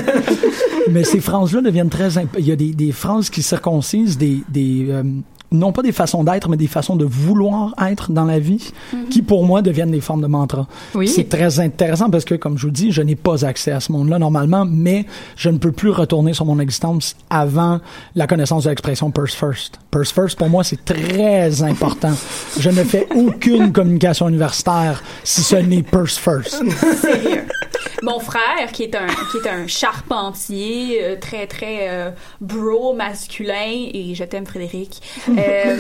Mais ces phrases-là deviennent très. Imp... Il y a des, des phrases qui circoncisent des, des euh, non pas des façons d'être, mais des façons de vouloir être dans la vie, mm-hmm. qui pour moi deviennent des formes de mantra. Oui. C'est très intéressant parce que, comme je vous dis, je n'ai pas accès à ce monde-là normalement, mais je ne peux plus retourner sur mon existence avant la connaissance de l'expression purse first. Purse first, pour moi, c'est très important. Je ne fais aucune communication universitaire si ce n'est purse first. Sérieux. Mon frère, qui est un qui est un charpentier euh, très très euh, bro masculin, et je t'aime Frédéric, euh,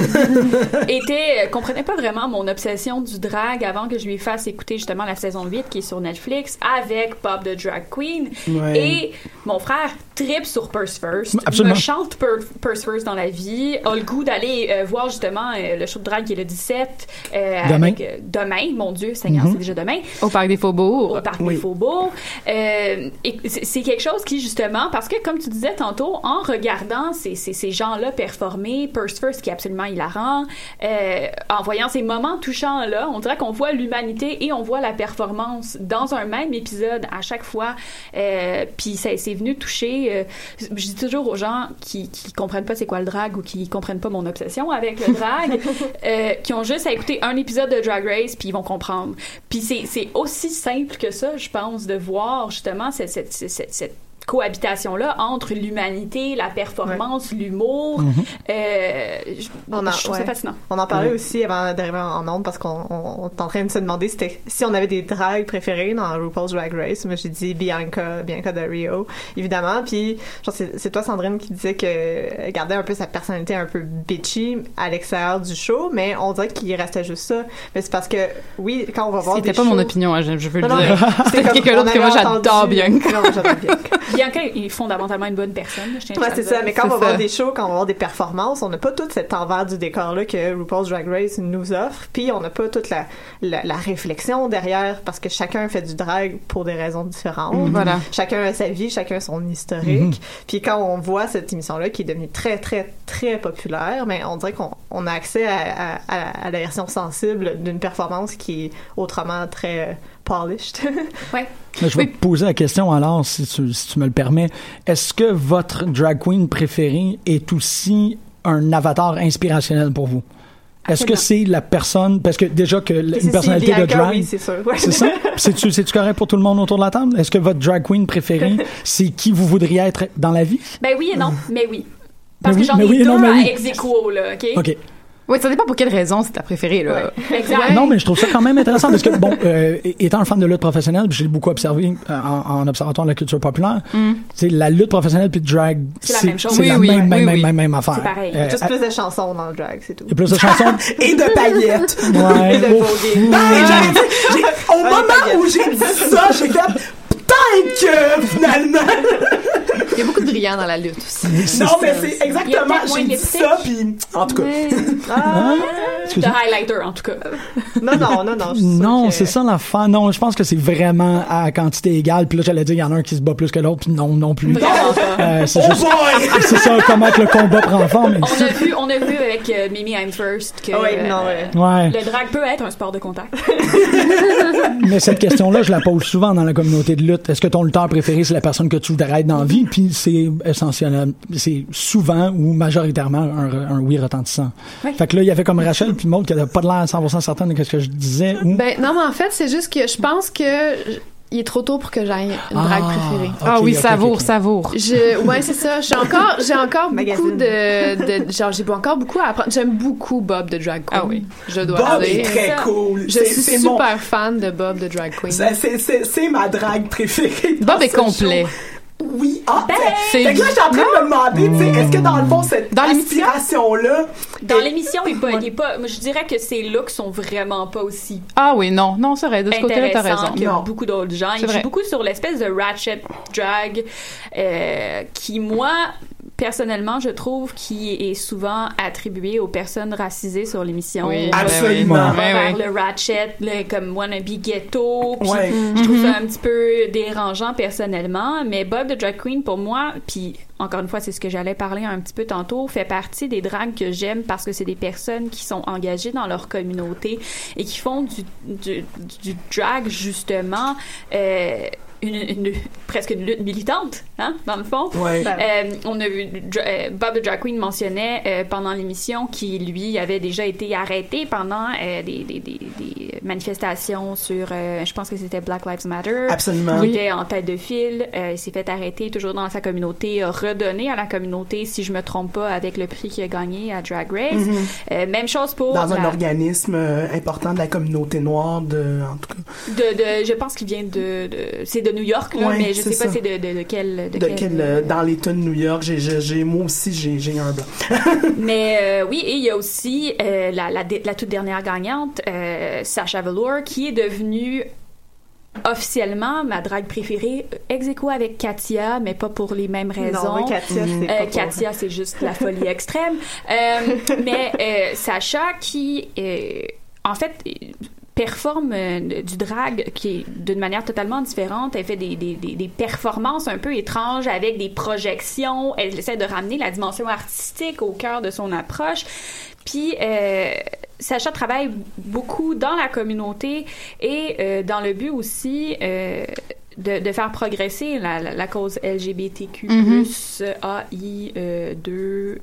était euh, comprenait pas vraiment mon obsession du drag avant que je lui fasse écouter justement la saison huit qui est sur Netflix avec Pop the Drag Queen. Ouais. Et mon frère tripe sur Purse First, absolument. Me chante Pur- Purse First dans la vie, a le goût d'aller euh, voir justement euh, le show de drag qui est le dix-sept euh, demain. Avec, euh, demain, mon Dieu, Seigneur, mm-hmm. c'est déjà demain. Au Parc des Faubourgs. Au Parc oui. des Faubourgs. Euh, et c'est, c'est quelque chose qui, justement, parce que, comme tu disais tantôt, en regardant ces, ces, ces gens-là performer, Purse First, qui est absolument hilarant, euh, en voyant ces moments touchants-là, on dirait qu'on voit l'humanité et on voit la performance dans un même épisode à chaque fois. Euh, puis ça, c'est venu toucher... Euh, je dis toujours aux gens qui, qui comprennent pas c'est quoi le drag ou qui comprennent pas mon obsession avec le drag, euh, qui ont juste à écouter un épisode de Drag Race puis ils vont comprendre. Puis c'est, c'est aussi simple que ça, je pense, de voir justement cette, cette, cette, cette cohabitation-là entre l'humanité, la performance, ouais. l'humour. Mm-hmm. Euh, je, on a, je trouve ouais. ça fascinant. On en parlait ouais. aussi avant d'arriver en ondes parce qu'on on, on est en train de se demander c'était, si on avait des drags préférés dans RuPaul's Drag Race. Moi, j'ai dit Bianca, Bianca Del Rio, évidemment. Puis, je pense que c'est, c'est toi, Sandrine, qui disait que gardait un peu sa personnalité un peu bitchy à l'extérieur du show, mais on dirait qu'il restait juste ça. Mais c'est parce que, oui, quand on va voir C'était des pas shows... mon opinion, hein, je, je veux non, le dire. Non, c'est quelqu'un d'autre que moi, j'adore Bianca. Non, j'adore Bianca. Bianca est fondamentalement une bonne personne. Je tiens ouais, à c'est dire. ça. Mais quand c'est on va ça. voir des shows, quand on va voir des performances, on n'a pas tout cet envers du décor-là que RuPaul's Drag Race nous offre. Puis on n'a pas toute la, la, la réflexion derrière parce que chacun fait du drag pour des raisons différentes. Mm-hmm. Voilà. Chacun a sa vie, chacun a son historique. Mm-hmm. Puis quand on voit cette émission-là qui est devenue très, très, très populaire, mais on dirait qu'on on a accès à, à, à, à la version sensible d'une performance qui est autrement très... polished. Ouais. Mais je vais oui. te poser la question alors, si tu, si tu me le permets. Est-ce que votre drag queen préférée est aussi un avatar inspirationnel pour vous? Est-ce que c'est la personne, parce que déjà que une c'est, personnalité c'est de drag, oui, c'est sûr. Ouais. C'est ça? C'est-tu, c'est-tu correct pour tout le monde autour de la table? Est-ce que votre drag queen préférée, c'est qui vous voudriez être dans la vie? Ben oui et non, mais oui. Parce mais que oui, j'en ai oui, deux non, à oui. ex aequo, là, OK? OK. Oui, ça dépend pour quelle raison c'est ta préférée, là. Ouais. Exact. Non, mais je trouve ça quand même intéressant parce que, bon, euh, étant un fan de lutte professionnelle, j'ai beaucoup observé euh, en, en observatoire de la culture populaire, mm. c'est la lutte professionnelle puis drag, c'est, c'est la même chose. C'est oui, la oui, même, oui, même, oui, même, oui. même, même affaire. C'est pareil. Il y a juste euh, plus de chansons dans le drag, c'est tout. Il y a plus de chansons. Et de paillettes. Ouais. Et de voguing. Ben, j'ai, j'ai, au moment où j'ai dit ça, j'ai fait peut-être que, finalement... Il y a beaucoup de brillants dans la lutte aussi. Non, mais c'est exactement, j'ai dit ça, puis en tout cas. Ah, de highlighter, en tout cas. Non, non, non, non. Non, que... c'est ça l'affaire. Non, je pense que c'est vraiment à quantité égale. Puis là, j'allais dire, il y en a un qui se bat plus que l'autre, puis non, non plus. Euh, c'est Oh juste, boy! c'est ça, comment que le combat prend forme. Mais On si- a vu, on a vu avec euh, Mimi I'm First que Ah ouais, non, euh, ouais. Ouais. le drag peut être un sport de contact. Mais cette question-là, je la pose souvent dans la communauté de lutte. Est-ce que ton lutteur préféré, c'est la personne que tu voudrais être dans la vie? Puis c'est essentiellement, c'est souvent ou majoritairement un, un oui retentissant. Oui. Fait que là, il y avait comme Rachel puis Maud qui n'avait pas de l'air cent pour cent certaine de ce que je disais. Ou... Ben, non, mais en fait, c'est juste que je pense que j- il est trop tôt pour que j'aille une drague préférée. Ah ok, oui, ok, savoure, ok, ok. savoure. Je, ouais, c'est ça. J'ai encore, j'ai encore beaucoup Magazine. de, de, genre, j'ai encore beaucoup à apprendre. J'aime beaucoup Bob de Drag Queen. Ah oui. Je dois Bob dire. est très cool. Je C'est- suis c'est super mon- fan de Bob de Drag Queen. C'est, c'est, c'est, c'est ma drague préférée. dans Bob est ce complet. show. Oui. Ah, c'est- fait que là, je suis en train de me demander, tu sais, est-ce que dans le fond, cette Dans l'émission? aspiration-là. Dans l'émission, il est pas, il est pas, moi, je dirais que ses looks sont vraiment pas aussi Ah oui, non, non, c'est vrai. De ce côté-là, t'as intéressants raison. que Non. beaucoup d'autres gens. C'est Il joue vrai. beaucoup sur l'espèce de ratchet drag euh, qui, moi, personnellement, je trouve qui est souvent attribué aux personnes racisées sur l'émission. Oui, Absolument. On va Ouais, vers ouais. le ratchet, le, comme wannabe ghetto. Puis Ouais. je trouve ça un petit peu dérangeant personnellement. Mais Bob the Drag Queen, pour moi, puis encore une fois, c'est ce que j'allais parler un petit peu tantôt, fait partie des drags que j'aime parce que c'est des personnes qui sont engagées dans leur communauté et qui font du, du, du drag, justement, euh, une, une, presque une lutte militante, hein, dans le fond. Ouais. Euh, on a vu euh, Bob the Drag Queen mentionnait euh, pendant l'émission qu'il lui avait déjà été arrêté pendant euh, des, des, des, des manifestations sur, euh, je pense que c'était Black Lives Matter. Absolument. Il était en tête de file, euh, il s'est fait arrêter toujours dans sa communauté, a redonné à la communauté, si je me trompe pas, avec le prix qu'il a gagné à Drag Race. Mm-hmm. Euh, même chose pour Dans un la- organisme euh, important de la communauté noire, de, en tout cas. de, de, je pense qu'il vient de, de c'est de New York, là, Ouais, mais je c'est sais pas ça. c'est de, de, de quel... De quel, euh, dans l'État de New York, j'ai, j'ai, j'ai- moi aussi, j'ai, j'ai un blanc. Mais euh, oui, et il y a aussi euh, la, la, la toute dernière gagnante, euh, Sasha Velour, qui est devenue officiellement ma drague préférée, ex aequo avec Katia, mais pas pour les mêmes raisons. Non, mais Katia, c'est Euh, pas pour- Katia, c'est juste la folie extrême. Euh, mais euh, Sasha, qui, euh, en fait, euh, performe euh, du drag qui est d'une manière totalement différente. Elle fait des, des, des, des performances un peu étranges avec des projections. Elle essaie de ramener la dimension artistique au cœur de son approche. Puis, euh, Sasha travaille beaucoup dans la communauté et euh, dans le but aussi euh, de, de faire progresser la, la, la cause L G B T Q plus, A I deux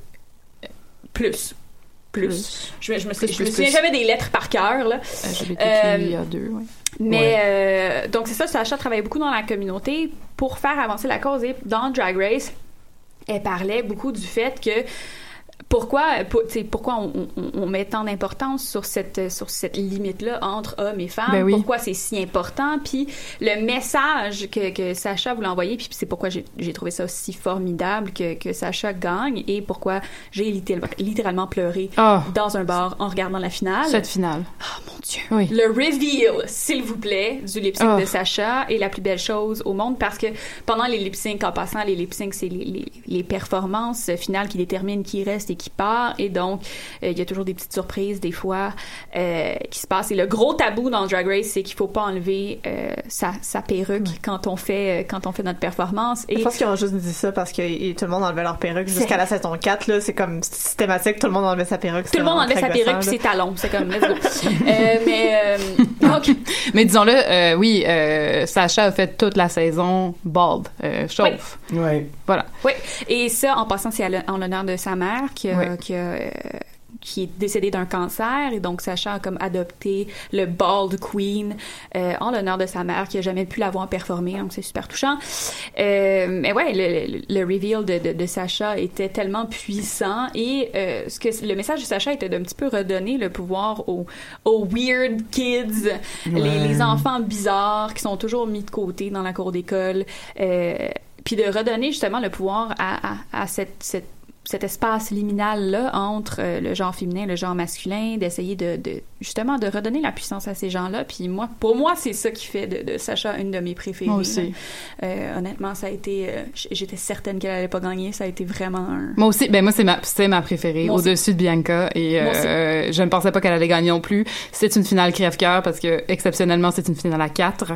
plus. Plus. Je, me- je me, Plus, je plus, me souviens plus. jamais des lettres par cœur, là. L G B T Q I A deux, oui. Mais Ouais. euh, donc c'est ça, Sasha travaille beaucoup dans la communauté pour faire avancer la cause. Et dans Drag Race, elle parlait beaucoup du fait que pourquoi, pour- tu sais, pourquoi on, on, on met tant d'importance sur cette, sur cette limite-là entre hommes et femmes, Ben oui. pourquoi c'est si important, puis le message que, que Sasha voulait envoyer, puis c'est pourquoi j'ai, j'ai trouvé ça si formidable que, que Sasha gagne et pourquoi j'ai littéralement, littéralement pleuré Ah. dans un bar en regardant la finale. Cette finale. Oh mon Dieu! Oui. Le reveal, s'il vous plaît, du lip sync Oh. de Sasha est la plus belle chose au monde parce que pendant les lip syncs, en passant, les lip syncs, c'est les, les, les performances finales qui déterminent qui reste et qui part. Et donc, euh, il y a toujours des petites surprises, des fois, euh, qui se passent. Et le gros tabou dans Drag Race, c'est qu'il faut pas enlever euh, sa, sa perruque quand on fait euh, quand on fait notre performance. Et Je pense qu'ils ont juste dit ça parce que et tout le monde enlevait leur perruque jusqu'à la saison quatre, là. C'est comme systématique, tout le monde enlevait sa perruque. tout le monde enlevait sa perruque puis ses talons. C'est comme, let's go. euh, mais, euh, donc, Mais disons-le, euh, oui, euh, Sasha a fait toute la saison bald, euh, chauve. Ouais. Voilà. oui. Et ça, en passant, c'est à l'hon- en l'honneur de sa mère qui a, Oui. qui a, euh, qui est décédée d'un cancer. Et donc, Sasha a comme adopté le bald queen euh, en l'honneur de sa mère qui a jamais pu l'avoir performé. Donc, c'est super touchant. Euh, mais ouais, le, le, le reveal de, de, de Sasha était tellement puissant. Et euh, ce que le message de Sasha était d'un petit peu redonner le pouvoir aux, aux weird kids, les, Ouais. les enfants bizarres qui sont toujours mis de côté dans la cour d'école. Euh, puis de redonner justement le pouvoir à, à, à cette, cette cet espace liminal là entre euh, le genre féminin et le genre masculin, d'essayer de, de justement de redonner la puissance à ces gens-là. Puis moi, pour moi, c'est ça qui fait de, de Sasha une de mes préférées. Moi aussi. Euh, honnêtement, ça a été, euh, j'étais certaine qu'elle allait pas gagner. Ça a été vraiment un... Moi aussi, ben moi c'est ma, c'est ma préférée, Moi au-dessus de Bianca, et euh, je ne pensais pas qu'elle allait gagner non plus. C'est une finale crève-cœur parce que exceptionnellement c'est une finale à quatre.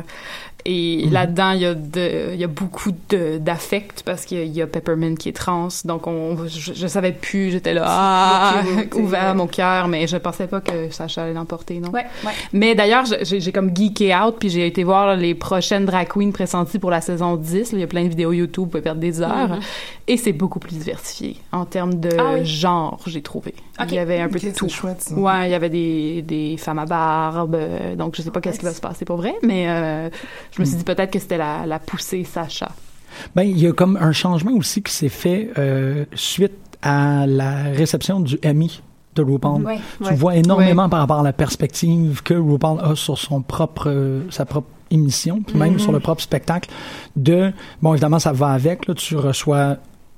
Et mm-hmm. là-dedans, il y a de, il y a beaucoup de, d'affect parce qu'il y a, il y a Peppermint qui est trans, donc on, je, je savais plus, j'étais là, ah, ouvert mon cœur, mais je pensais pas que Sasha allait l'emporter, non? Ouais, ouais. Mais d'ailleurs, j'ai, j'ai comme geeké out, puis j'ai été voir là, les prochaines drag queens pressenties pour la saison dix. Là, il y a plein de vidéos YouTube, vous pouvez perdre des heures. Mm-hmm. Et c'est beaucoup plus diversifié en termes de ah, oui. genre, j'ai trouvé. Okay. Il y avait un peu okay, de tout. Chouette, ça. Ouais, il y avait des, des femmes à barbe, euh, donc je sais pas qu'est-ce qui va se passer pour vrai, mais euh, je me suis dit peut-être que c'était la, la poussée Sasha. Ben, il y a comme un changement aussi qui s'est fait euh, suite à la réception du Emmy de RuPaul. Ouais, tu ouais. vois énormément ouais. par rapport à la perspective que RuPaul a sur son propre, euh, sa propre émission, puis même mm-hmm. sur le propre spectacle. De, bon, évidemment, ça va avec. Là, tu reçois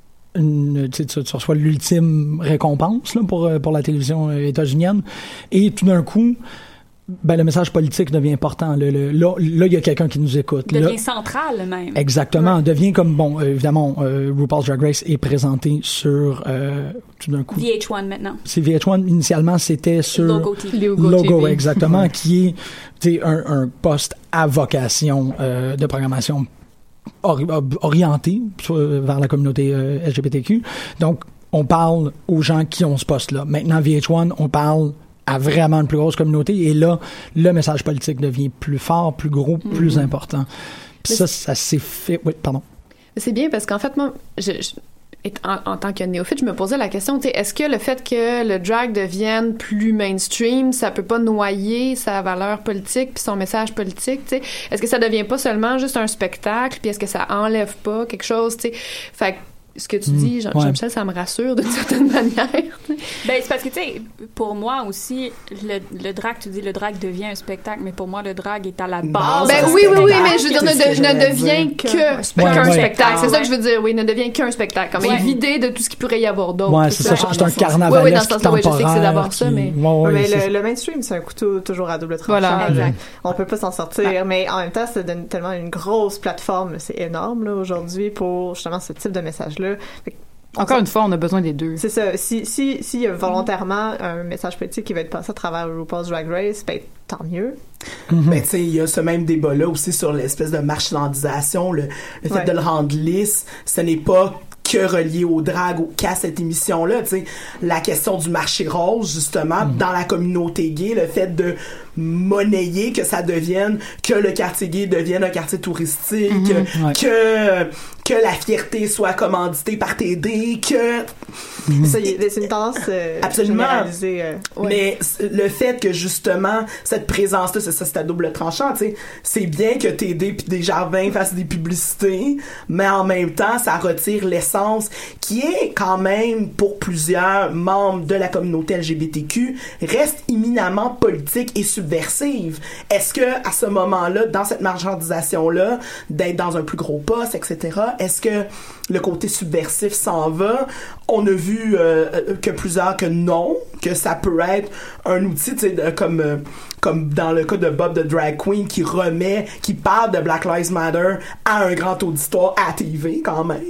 Une, tu, tu, tu reçois l'ultime récompense là, pour, pour la télévision états-unienne, et tout d'un coup, ben, le message politique devient important. Le, le, là, là, il y a quelqu'un qui nous écoute. Il devient là, central, même. Exactement. Ouais. Devient comme, bon, euh, évidemment, euh, RuPaul's Drag Race est présenté sur, euh, tout d'un coup... V H un maintenant. C'est V H un. Initialement, c'était sur... Logo T V. Logo, Logo T V. Exactement, qui est, tu sais, un, un poste à vocation euh, de programmation Ori- orienté vers la communauté euh, L G B T Q. Donc, on parle aux gens qui ont ce poste-là. Maintenant, V H un, on parle à vraiment une plus grosse communauté, et là, le message politique devient plus fort, plus gros, mm-hmm. plus important. Puis ça, ça s'est fait... Oui, pardon. C'est bien parce qu'en fait, moi, je... je... En, en tant que néophyte, je me posais la question, tu sais, est-ce que le fait que le drag devienne plus mainstream, ça peut pas noyer sa valeur politique puis son message politique, tu sais? Est-ce que ça devient pas seulement juste un spectacle, puis est-ce que ça enlève pas quelque chose, tu sais? Fait que ce que tu mmh, dis, Jean- ouais. Jean-Michel, ça me rassure d'une certaine manière. Ben, c'est parce que, tu sais, pour moi aussi, le, le drag, tu dis, le drag devient un spectacle, mais pour moi, le drag est à la base. Ben oui, oui, oui, mais je veux dire, ne, de, ne devient que, qu'un spectacle. Ouais, spectacle. C'est ouais. ça que je veux dire, oui, ne devient qu'un spectacle. Comme ouais. évidé de tout ce qu'il pourrait y avoir d'autre. Ouais, c'est ça, ça, c'est un carnaval. Oui, oui, dans ce sens-là, je sais que c'est d'abord ça, mais. Mais le mainstream, c'est un couteau toujours à double tranchant. Voilà, exact. On peut pas s'en sortir, mais en même temps, ça donne tellement une grosse plateforme, c'est énorme, là, aujourd'hui, pour justement ce type de message-là. Encore une fois, on a besoin des deux. C'est ça. Si, si, s'il y a volontairement un message politique qui va être passé à travers RuPaul's Drag Race, ben, tant mieux. Mm-hmm. Ben, tu sais, il y a ce même débat-là aussi sur l'espèce de marchandisation, le, le fait ouais. de le rendre lisse. Ce n'est pas que relié au drag ou qu'à cette émission-là, tu sais. La question du marché rose, justement, mm. dans la communauté gay, le fait de monnayer, que ça devienne, que le quartier gay devienne un quartier touristique, mm-hmm. ouais. que que la fierté soit commanditée par T D, que... Mm-hmm. Ça, c'est une tendance euh, absolument généralisée. Euh, ouais. Mais le fait que, justement, cette présence-là, c'est ça, c'est à double tranchant, tu sais. C'est bien que T D puis Desjardins fassent des publicités, mais en même temps, ça retire l'essence qui est quand même, pour plusieurs membres de la communauté L G B T Q, reste éminemment politique et subversive. Est-ce que, à ce moment-là, dans cette marchandisation-là, d'être dans un plus gros poste, et cetera, est-ce que le côté subversif s'en va? On a vu euh, que plusieurs que non, que ça peut être un outil, tu sais, comme euh, comme dans le cas de Bob the Drag Queen, qui remet, qui parle de Black Lives Matter à un grand auditoire à T V quand même.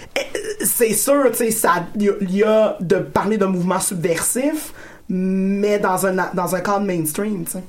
Et, c'est sûr, tu sais, ça, il y a de parler d'un mouvement subversif, mais dans un dans un cadre mainstream, tu sais.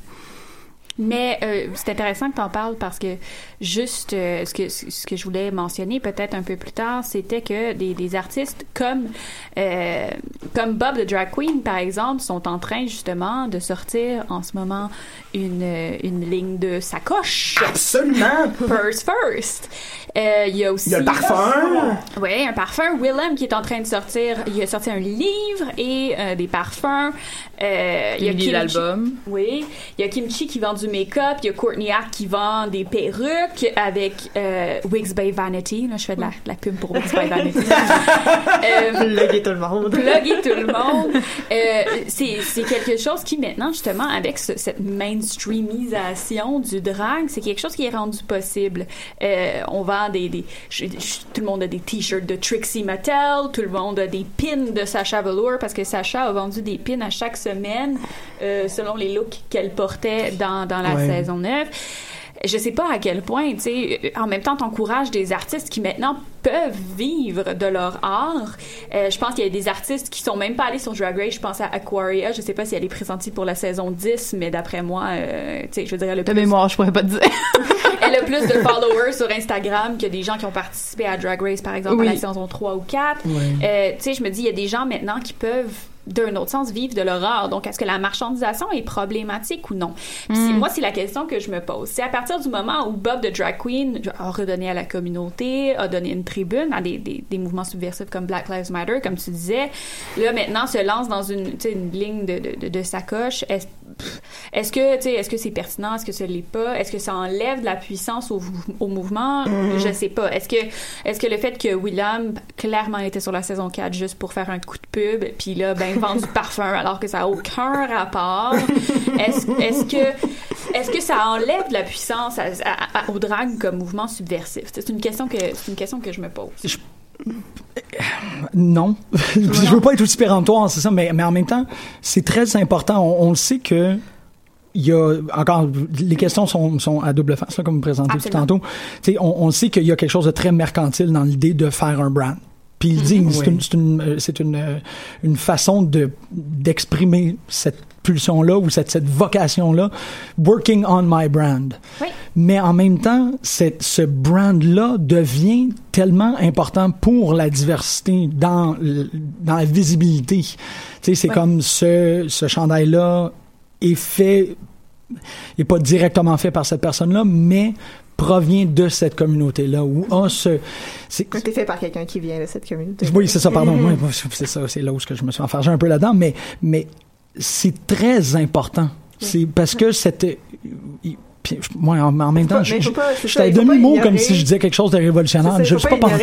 Mais euh, c'est intéressant que tu en parles parce que juste euh, ce que ce que je voulais mentionner peut-être un peu plus tard, c'était que des, des artistes comme euh, comme Bob the Drag Queen par exemple sont en train justement de sortir en ce moment une une ligne de sacoche. Absolument. Purse First. Euh, il y a aussi il y a le parfum. Oui, un parfum. Willem qui est en train de sortir. Il a sorti un livre et euh, des parfums. Euh, il y a Kimchi, l'album. Oui. Il y a Kimchi qui vend du make-up. Il y a Courtney Act qui vend des perruques avec euh, Wigs by Vanity. Là, je fais de la, de la pub pour Wigs by Vanity. euh, Pluguer tout le monde. Pluguer tout le monde. Euh, c'est, c'est quelque chose qui, maintenant, justement, avec ce, cette mainstreamisation du drag, c'est quelque chose qui est rendu possible. Euh, on vend des... des je, je, tout le monde a des t-shirts de Trixie Mattel, tout le monde a des pins de Sasha Velour, parce que Sasha a vendu des pins à chaque semaine, euh, selon les looks qu'elle portait dans, dans la ouais. saison neuf. Je sais pas à quel point, tu sais, en même temps, t'encourages des artistes qui maintenant peuvent vivre de leur art. Euh, je pense qu'il y a des artistes qui sont même pas allés sur Drag Race. Je pense à Aquaria. Je sais pas si elle est pressentie pour la saison dix, mais d'après moi, euh, tu sais, je dirais le de plus... mémoire, je pourrais pas te dire. Elle a plus de followers sur Instagram que des gens qui ont participé à Drag Race, par exemple, oui. à la saison trois ou quatre. Oui. Euh, tu sais, je me dis, il y a des gens maintenant qui peuvent d'un autre sens vivre de leur art. Donc, est-ce que la marchandisation est problématique ou non? Puis mm. moi, c'est la question que je me pose. C'est à partir du moment où Bob the Drag Queen a redonné à la communauté, a donné une tribune à des, des, des mouvements subversifs comme Black Lives Matter, comme tu disais, là, maintenant, se lance dans une, une ligne de, de, de sacoche. Est-ce, est-ce que, tu sais, est-ce que c'est pertinent? Est-ce que ce l'est pas? Est-ce que ça enlève de la puissance au, au mouvement? Mm. Je sais pas. Est-ce que, est-ce que le fait que Willam, clairement, était sur la saison quatre juste pour faire un coup de pub, puis là, ben, vendre du parfum alors que ça n'a aucun rapport. Est-ce, est-ce que est-ce que ça enlève de la puissance à, à, à, au drag comme mouvement subversif? C'est une question que c'est une question que je me pose. Je... Non. Je veux pas être aussi péremptoire, c'est ça, mais, mais en même temps, c'est très important. On, on le sait que il y a encore les questions sont, sont à double face, là, comme vous présentez tout tantôt. T'sais, on, on sait qu'il y a quelque chose de très mercantile dans l'idée de faire un brand. Puis il dit, mm-hmm. c'est, une, c'est, une, c'est une, une façon de, d'exprimer cette pulsion-là ou cette, cette vocation-là, working on my brand. Oui. Mais en même temps, cette, ce brand-là devient tellement important pour la diversité dans, dans la visibilité. Tu sais, c'est oui. comme ce, ce chandail-là est fait, est pas directement fait par cette personne-là, mais provient de cette communauté-là ou a ce... C'est t'es fait par quelqu'un qui vient de cette communauté. Oui, c'est ça, pardon. Mm-hmm. Oui, c'est ça, c'est là où je me suis enfargé un peu là-dedans, mais, mais c'est très important. Oui. C'est parce que cette... Puis, moi, en, en même temps, je, je, j'étais à demi-mot comme si je disais quelque chose de révolutionnaire, mais je ne sais pas pantoute.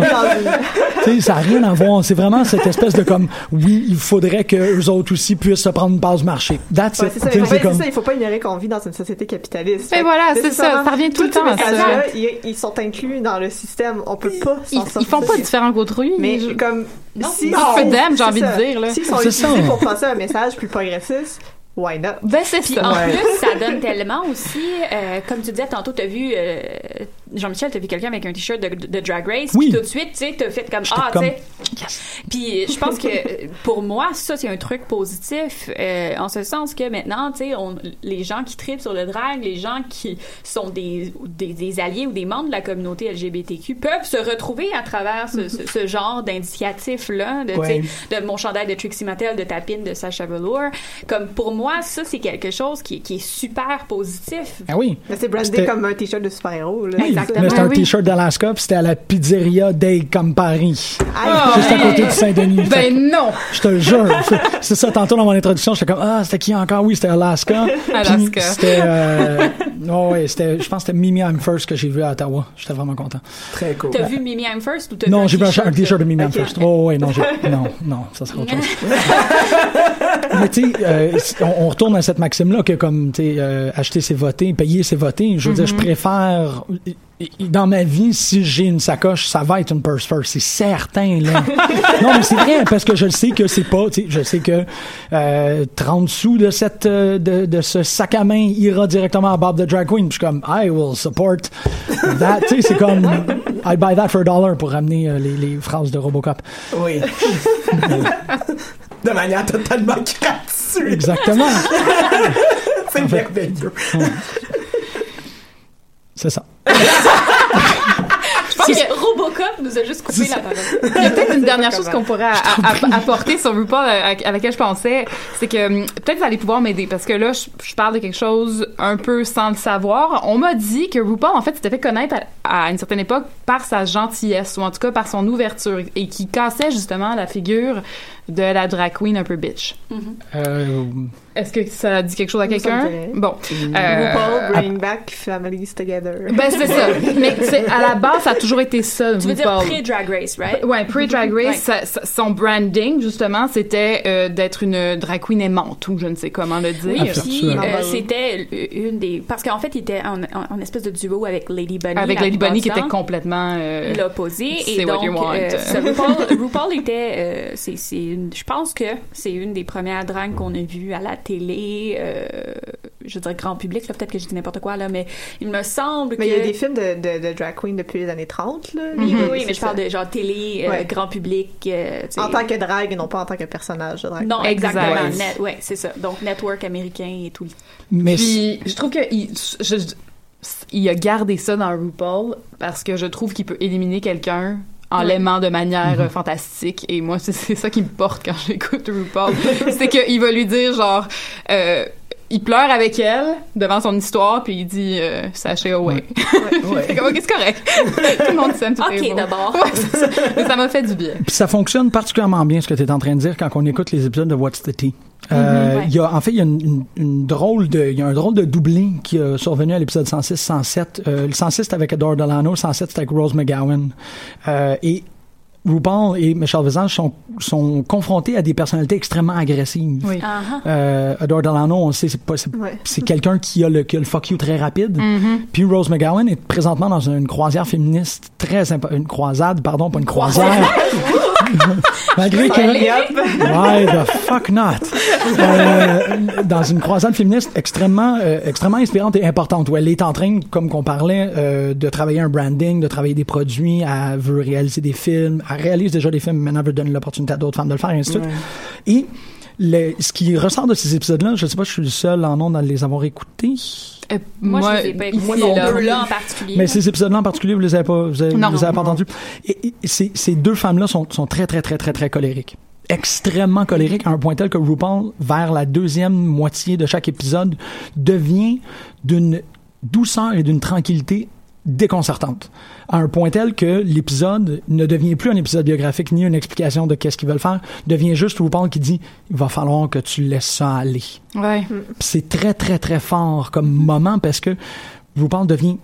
Tu sais, ça n'a rien à voir. C'est vraiment cette espèce de comme, oui, il faudrait qu'eux autres aussi puissent se prendre une base du marché. That's ouais, it. C'est ça, c'est, c'est, comme... ça, il ne faut pas ignorer qu'on vit dans une société capitaliste. Et voilà, c'est ça, ça revient tout le temps à ça. Ils, ils sont inclus dans le système. On ne peut pas s'en sortir. Ils ne font pas différent qu'autrui. Mais je... comme... Non, si non, c'est them, j'ai envie de dire. Là. S'ils sont utilisés pour passer un message plus progressiste, why not? Ben, c'est Puis ça. En ouais. plus, ça donne tellement aussi, euh, comme tu disais tantôt, t'as vu, euh, Jean-Michel, t'as vu quelqu'un avec un t-shirt de, de Drag Race, oui. puis tout de suite, tu sais, t'as fait comme, J'étais ah, tu sais. Yes. Puis je pense que, pour moi, ça, c'est un truc positif, euh, en ce sens que maintenant, tu sais, les gens qui trippent sur le drag, les gens qui sont des, des, des alliés ou des membres de la communauté L G B T Q peuvent se retrouver à travers ce, ce, ce genre d'indicatif-là, de, ouais. tu sais, de mon chandail de Trixie Mattel, de ta pin de Sasha Velour. Comme, pour moi, Moi, ça, c'est quelque chose qui, qui est super positif. Ah oui. Mais c'est brandé c'était... comme un t-shirt de super-héros. Là. Oui, exactement. Mais c'était un oui. t-shirt d'Alaska, puis c'était à la pizzeria Day Campari. Ah, juste hey. à côté du Saint-Denis. Ben non! Je te le jure. C'est ça, tantôt dans mon introduction, j'étais comme, ah, c'était qui encore? Oui, c'était Alaska. Alaska. C'était, euh, oh, ouais, c'était, je pense que c'était Mimi I'm First que j'ai vu à Ottawa. J'étais vraiment content. Très cool. T'as vu Mimi I'm First ou t'as non, vu un j'ai vu t-shirt un t-shirt de Mimi okay. I'm First. Oh, ouais, non, j'ai, non, non, ça serait autre chose. Mais tu sais, euh, on, on retourne à cette maxime-là que comme, tu sais, euh, acheter c'est voter, payer c'est voter. Je veux mm-hmm. dire, je préfère... Dans ma vie, si j'ai une sacoche, ça va être une purse first, c'est certain, là. Non, mais c'est vrai, parce que je le sais que c'est pas, tu sais, je sais que euh, trente sous de cette de, de ce sac à main ira directement à Bob the Drag Queen. Puis je suis comme, I will support that. Tu sais, c'est comme, I buy that for a dollar pour ramener euh, les, les phrases de Robocop. Oui. De manière totalement gratuite. Exactement. C'est merveilleux. C'est ça. Je pense que Robocop nous a juste coupé la parole. Il y a peut-être une dernière chose qu'on pourrait a- a- apporter sur RuPaul à, à laquelle je pensais, c'est que hum, peut-être vous allez pouvoir m'aider parce que là, je, je parle de quelque chose un peu sans le savoir. On m'a dit que RuPaul, en fait, s'était fait connaître à, à une certaine époque par sa gentillesse, ou en tout cas par son ouverture, et qui cassait justement la figure de la drag queen un peu bitch. Mm-hmm. Euh, Est-ce que ça dit quelque chose à quelqu'un? Bon. Euh, RuPaul, Bring Back Families Together. Ben, c'est ça. Mais c'est, à la base, ça a toujours été ça, tu veux dire pré-Drag Race, right? Ouais, pré-Drag Race, ouais. ça, ça, son branding, justement, c'était euh, d'être une drag queen aimante, ou je ne sais comment le dire. Oui, puis euh, c'était une des... Parce qu'en fait, il était en, en, en espèce de duo avec Lady Bunny. Avec Lady Bunny, qui était complètement... Euh, l'opposé. C'est et what donc, you want. Euh, ça, RuPaul, RuPaul était... Euh, c'est, c'est une, je pense que c'est une des premières drags qu'on a vues à la télé... Euh, je dirais grand public, là, peut-être que je dis n'importe quoi, là, mais il me semble mais que... il y a des films de, de, de drag queen depuis les années trente, là. Oui, mm-hmm. oui, oui, mais je parle de genre télé, ouais. euh, grand public. Euh, en tant que drag et non pas en tant que personnage de drag. Non, exactement. Exact. Net, ouais, c'est ça. Donc, network américain et tout. Mais puis, je trouve que il, je, il a gardé ça dans RuPaul parce que je trouve qu'il peut éliminer quelqu'un en ouais. l'aimant de manière mm-hmm. fantastique. Et moi, c'est, c'est ça qui me porte quand j'écoute RuPaul. C'est qu'il va lui dire, genre... Euh, il pleure avec elle devant son histoire, puis il dit euh, « Sachez away ouais. ». Ouais. C'est comme « Ok, c'est correct ». Tout le monde s'aime, tout okay, est beau. Ok, d'abord. Ouais, c'est ça. Mais ça m'a fait du bien. Puis ça fonctionne particulièrement bien, ce que tu es en train de dire, quand on écoute les épisodes de What's the Tea. Euh, mm-hmm, ouais. il y a, en fait, il y a une, une, une drôle de, il y a un drôle de doublé qui a survenu à l'épisode cent six cent sept. Euh, le cent six, c'était avec Adore Delano, le cent sept, c'était avec Rose McGowan. Euh, et RuPaul et Michelle Visage sont, sont confrontés à des personnalités extrêmement agressives. Oui. Uh-huh. Euh, Adore Delano, on le sait, c'est, pas, c'est, ouais. c'est quelqu'un qui a, le, qui a le fuck you très rapide. Mm-hmm. Puis Rose McGowan est présentement dans une croisière féministe très impo- une croisade, pardon, pas une croisière. Malgré que... Why the fuck not? Euh, dans une croisade féministe extrêmement, euh, extrêmement inspirante et importante, où elle est en train, comme qu'on parlait, euh, de travailler un branding, de travailler des produits, elle veut réaliser des films, elle réalise déjà des films, maintenant elle veut donner l'opportunité à d'autres femmes de le faire, et ainsi de suite. Et le, ce qui ressort de ces épisodes-là, je sais pas, je suis le seul en nombre à les avoir écoutés. Euh, moi, moi, je les ai pas écoutés, ces deux-là en particulier. Mais ces épisodes-là en particulier, vous les avez pas, vous avez, non, vous les avez pas entendus. Et, et ces, ces deux femmes-là sont, sont très, très, très, très, très colériques. Extrêmement colériques, à un point tel que RuPaul, vers la deuxième moitié de chaque épisode, devient d'une douceur et d'une tranquillité déconcertante. À un point tel que l'épisode ne devient plus un épisode biographique ni une explication de qu'est-ce qu'ils veulent faire, devient juste RuPaul qui dit « il va falloir que tu laisses ça aller ». Ouais. C'est très, très, très fort comme moment parce que RuPaul devient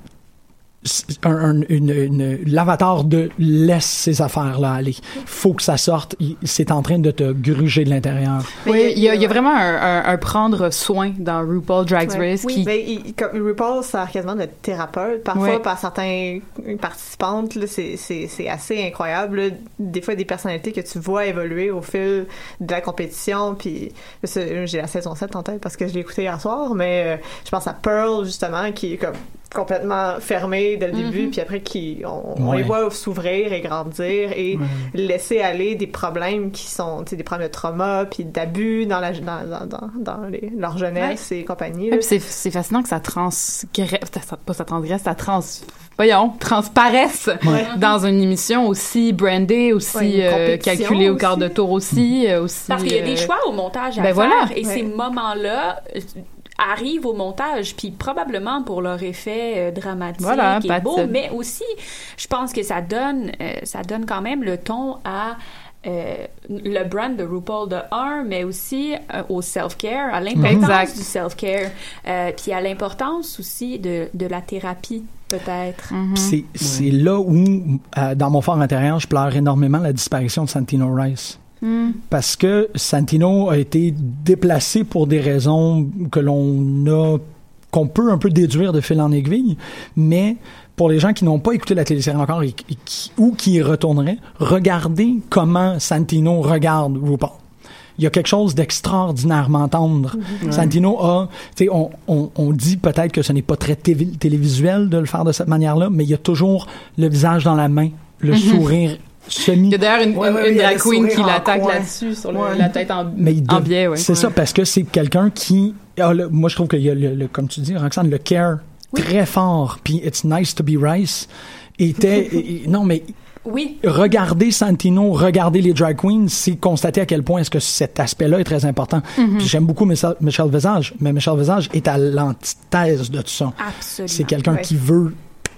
un, un, une, une, l'avatar de « laisse ces affaires-là aller ». Faut que ça sorte. C'est en train de te gruger de l'intérieur. Oui, il y a, il y a vraiment un, un, un prendre soin dans RuPaul Drag Race. Oui, qui... mais il, comme RuPaul sert quasiment de thérapeute. Parfois, ouais. par certains participantes, là, c'est, c'est, c'est assez incroyable. Là. Des fois, des personnalités que tu vois évoluer au fil de la compétition. Puis, j'ai la saison sept en tête parce que je l'ai écouté hier soir, mais euh, je pense à Pearl, justement, qui est comme complètement fermé dès le début, mm-hmm. puis après qui on, on ouais. les voit s'ouvrir et grandir et ouais. laisser aller des problèmes qui sont, tu sais, des problèmes de trauma puis d'abus dans la dans dans dans, dans les, leur jeunesse ouais. et compagnie. Ouais, c'est c'est fascinant que ça transgresse, ça, pas ça transgresse, ça trans voyons, transparaisse ouais. dans une émission aussi brandée, aussi ouais, euh, calculée au quart de tour aussi, euh, aussi. Parce qu'il y a des euh... choix au montage à ben faire voilà. et ouais. ces moments-là arrivent au montage, puis probablement pour leur effet euh, dramatique voilà, et beau, mais aussi, je pense que ça donne, euh, ça donne quand même le ton à euh, le brand de RuPaul de un, mais aussi euh, au self-care, à l'importance exact. du self-care, euh, puis à l'importance aussi de, de la thérapie, peut-être. Mm-hmm. C'est, c'est là où, euh, dans mon fort intérieur, je pleure énormément la disparition de Santino Rice. Mm. Parce que Santino a été déplacé pour des raisons que l'on a, qu'on peut un peu déduire de fil en aiguille, mais pour les gens qui n'ont pas écouté la télésérie encore et, et qui, ou qui y retourneraient, regardez comment Santino regarde RuPaul. Il y a quelque chose d'extraordinairement tendre. Mm-hmm. Santino a, tu sais, on, on, on dit peut-être que ce n'est pas très tévé, télévisuel de le faire de cette manière-là, mais il y a toujours le visage dans la main, le mm-hmm. sourire semi. Il y a d'ailleurs une, ouais, ouais, une drag queen qui l'attaque coin. là-dessus, sur le, ouais. la tête en, Mais de, en biais. Ouais. C'est ouais. ça, parce que c'est quelqu'un qui... Ah, le, moi, je trouve qu'il y a, le, le, comme tu dis, Roxane, le care oui. très fort, puis « It's nice to be Rice » était... et, et, non, mais... Oui. Regarder Santino, regarder les drag queens, c'est constater à quel point est-ce que cet aspect-là est très important. Mm-hmm. Puis j'aime beaucoup Michel, Michel Visage, mais Michel Visage est à l'antithèse de tout ça. Absolument. C'est quelqu'un oui. qui veut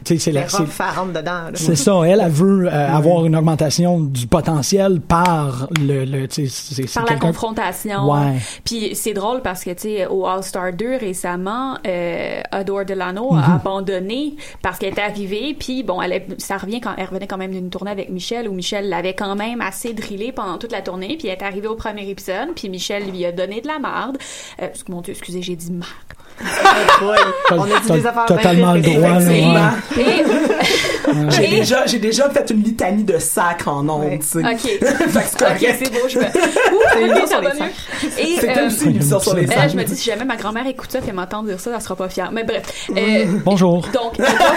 tu sais, c'est la, c'est, ça rentre dedans. Là. C'est ça. Elle, elle veut euh, ouais. avoir une augmentation du potentiel par le, le tu sais, c'est, c'est par la confrontation. Ouais. Puis c'est drôle parce que tu sais, au All-Star deux récemment, euh, Adore Delano mm-hmm. a abandonné parce qu'elle était arrivée. Puis bon, elle, ça revient quand elle revenait quand même d'une tournée avec Michel où Michel l'avait quand même assez drillé pendant toute la tournée. Puis elle est arrivée au premier épisode. Puis Michel lui a donné de la marde. Euh, mon Dieu, excusez, j'ai dit marde. On a dit des affaires totalement le droit. Là, j'ai, déjà, j'ai déjà fait une litanie de sacre en ondes. Ouais. Tu sais. OK. c'est, okay c'est beau. Je me... c'est une sur les sacres. Et, c'est euh, aussi une émission sur les sacres. Je me dis, si jamais ma grand-mère écoute ça, fait m'entendre dire ça, elle sera pas fière. Mais bref. Euh, Bonjour. Donc,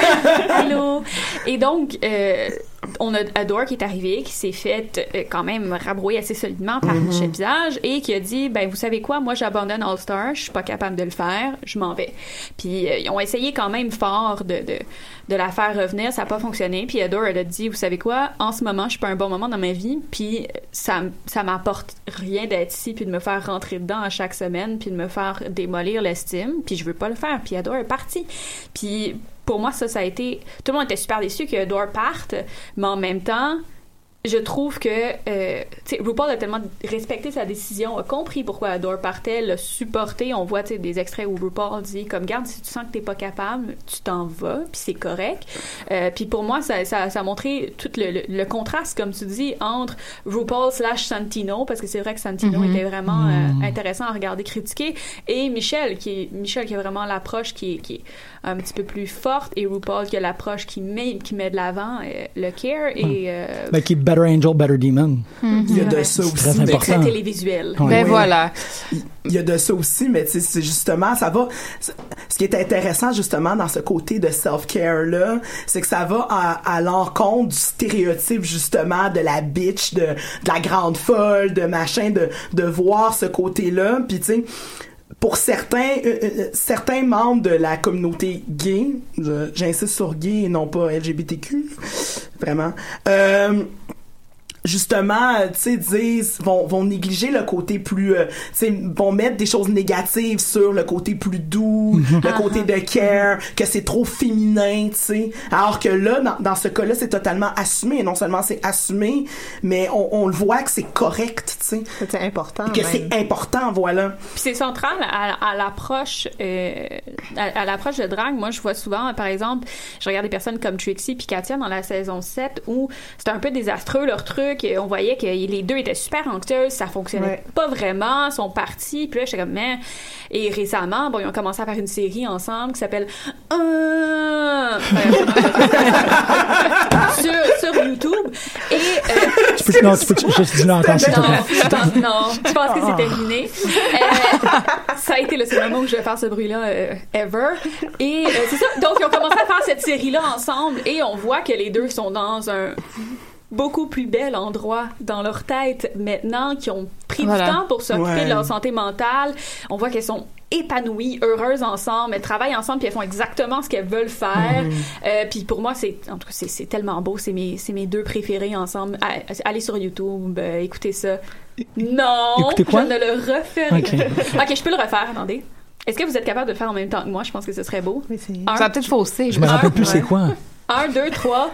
allô. Et donc, euh, on a Adore qui est arrivé, qui s'est fait euh, quand même rabrouiller assez solidement par mm-hmm. Michel Visage et qui a dit, ben vous savez quoi, moi j'abandonne All Star, je suis pas capable de le faire, je m'en vais. Puis euh, ils ont essayé quand même fort de, de, de la faire revenir, ça a pas fonctionné. Puis Adore, elle a dit, vous savez quoi, en ce moment, je suis pas un bon moment dans ma vie, puis ça, ça m'apporte rien d'être ici, puis de me faire rentrer dedans à chaque semaine, puis de me faire démolir l'estime, puis je veux pas le faire. Puis Adore est partie. Puis pour moi, ça, ça a été... Tout le monde était super déçu que Adore parte, mais en même temps, je trouve que... Euh, tu sais, RuPaul a tellement respecté sa décision, a compris pourquoi Adore partait, l'a supporté. On voit, tu sais, des extraits où RuPaul dit, comme, garde, si tu sens que t'es pas capable, tu t'en vas, puis c'est correct. Euh, puis pour moi, ça, ça, ça a montré tout le, le, le contraste, comme tu dis, entre RuPaul slash Santino, parce que c'est vrai que Santino mm-hmm. était vraiment euh, intéressant à regarder, critiquer, et Michel, qui est, Michel qui a vraiment l'approche qui est, qui est un petit peu plus forte, et RuPaul qui a l'approche qui met, qui met de l'avant euh, le care, et... Euh, ben, qui est Better Angel, Better Demon. Mm-hmm. Il y a de ça aussi. Très important. Très télévisuel. Ouais. Ben oui. Voilà. Il y a de ça aussi, mais tu sais, c'est justement, ça va... Ce qui est intéressant, justement, dans ce côté de self-care-là, c'est que ça va à, à l'encontre du stéréotype, justement, de la bitch, de, de la grande folle, de machin, de, de voir ce côté-là, puis tu sais... Pour certains, euh, euh, certains membres de la communauté gay, je, j'insiste sur gay et non pas L G B T Q, vraiment, euh, justement, tu sais, disent, vont, vont négliger le côté plus, euh, tu sais, vont mettre des choses négatives sur le côté plus doux, le côté de care, que c'est trop féminin, tu sais. Alors que là, dans, dans ce cas-là, c'est totalement assumé. Et non seulement c'est assumé, mais on, on le voit que c'est correct, tu sais. C'est important. Que même. c'est important, voilà. Puis c'est central à, à l'approche, euh, à, à l'approche de drague. Moi, je vois souvent, par exemple, je regarde des personnes comme Trixie puis Katia dans la saison sept où c'était un peu désastreux leur truc. On voyait que les deux étaient super anxieuses, ça fonctionnait ouais. pas vraiment, sont partis, puis là j'étais comme mais et récemment bon ils ont commencé à faire une série ensemble qui s'appelle euh... sur sur YouTube et euh... tu peux non tu peux juste dire non attends c'est non, non, non je pense que c'est terminé euh, ça a été le seul moment où je vais faire ce bruit là euh, ever et euh, c'est ça donc ils ont commencé à faire cette série là ensemble et on voit que les deux sont dans un beaucoup plus bel endroit dans leur tête maintenant, qui ont pris voilà. du temps pour s'occuper ouais. de leur santé mentale. On voit qu'elles sont épanouies, heureuses ensemble, elles travaillent ensemble puis elles font exactement ce qu'elles veulent faire. Mm-hmm. Euh, puis pour moi, c'est en tout cas c'est, c'est tellement beau, c'est mes c'est mes deux préférés ensemble. Allez sur YouTube, euh, écoutez ça. Non, écoutez quoi? Je ne le referai. Okay. OK, je peux le refaire, attendez. Est-ce que vous êtes capable de le faire en même temps que moi? Je pense que ce serait beau. Oui, c'est... Un, ça a peut-être faussé. Je me rappelle plus ouais. c'est quoi. Un, deux, trois.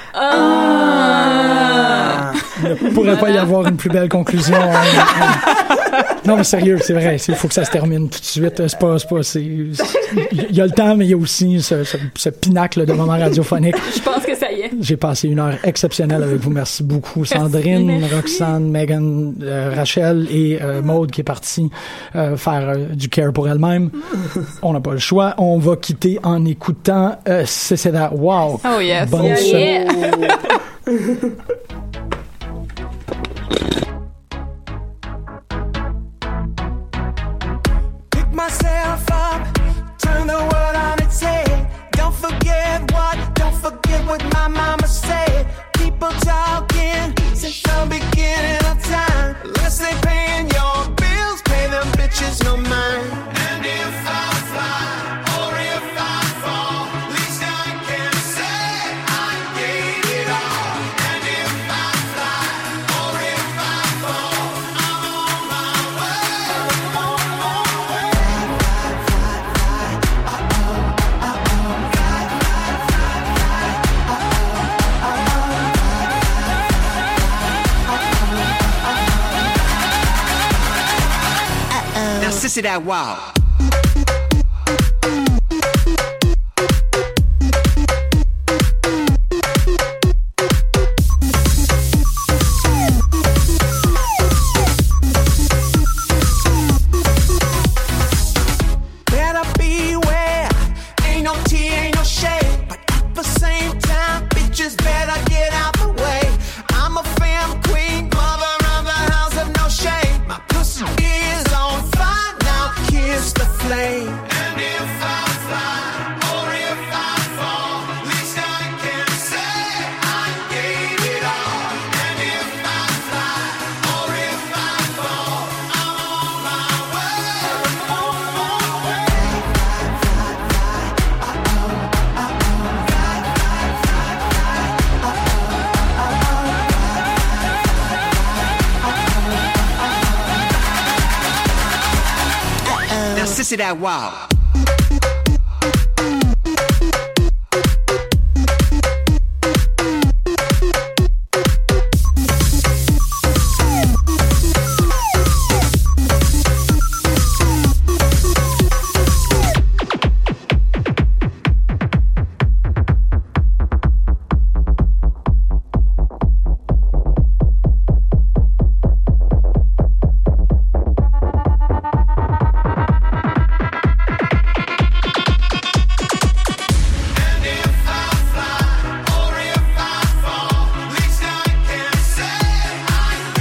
Ah! Il ne pourrait pas y avoir une plus belle conclusion. Non, mais sérieux, c'est vrai. Il faut que ça se termine tout de suite. C'est pas, c'est pas, c'est, il y a le temps, mais il y a aussi ce, ce, ce pinacle de moment radiophonique. Je pense que ça y est. J'ai passé une heure exceptionnelle avec vous. Merci beaucoup. Sandrine, merci, merci. Roxane, Megan, euh, Rachel et euh, Maude qui est partie euh, faire euh, du care pour elle-même. On n'a pas le choix. On va quitter en écoutant euh, C'est c'est that. Wow. Oh yes. Bonne yeah, yeah. Pick myself up, turn the world on its head. Don't forget what, don't forget what my mama said. People talking since the beginning of time. Unless they paying your bills, pay them bitches no mind. And if I fly, or if I fall, least I can say I gave it all. And if sissy that wow. Better beware, ain't no tea, ain't no shade, but at the same time, bitches better get out the way. I'm a femme queen, mother of the house of no shade. My pussy is on fire, now kiss the flame. And if I fly, or if I fall, least I can say I gave it all. And if I fly, or if I fall, I'm on my way, on my way. Now sissy that wow.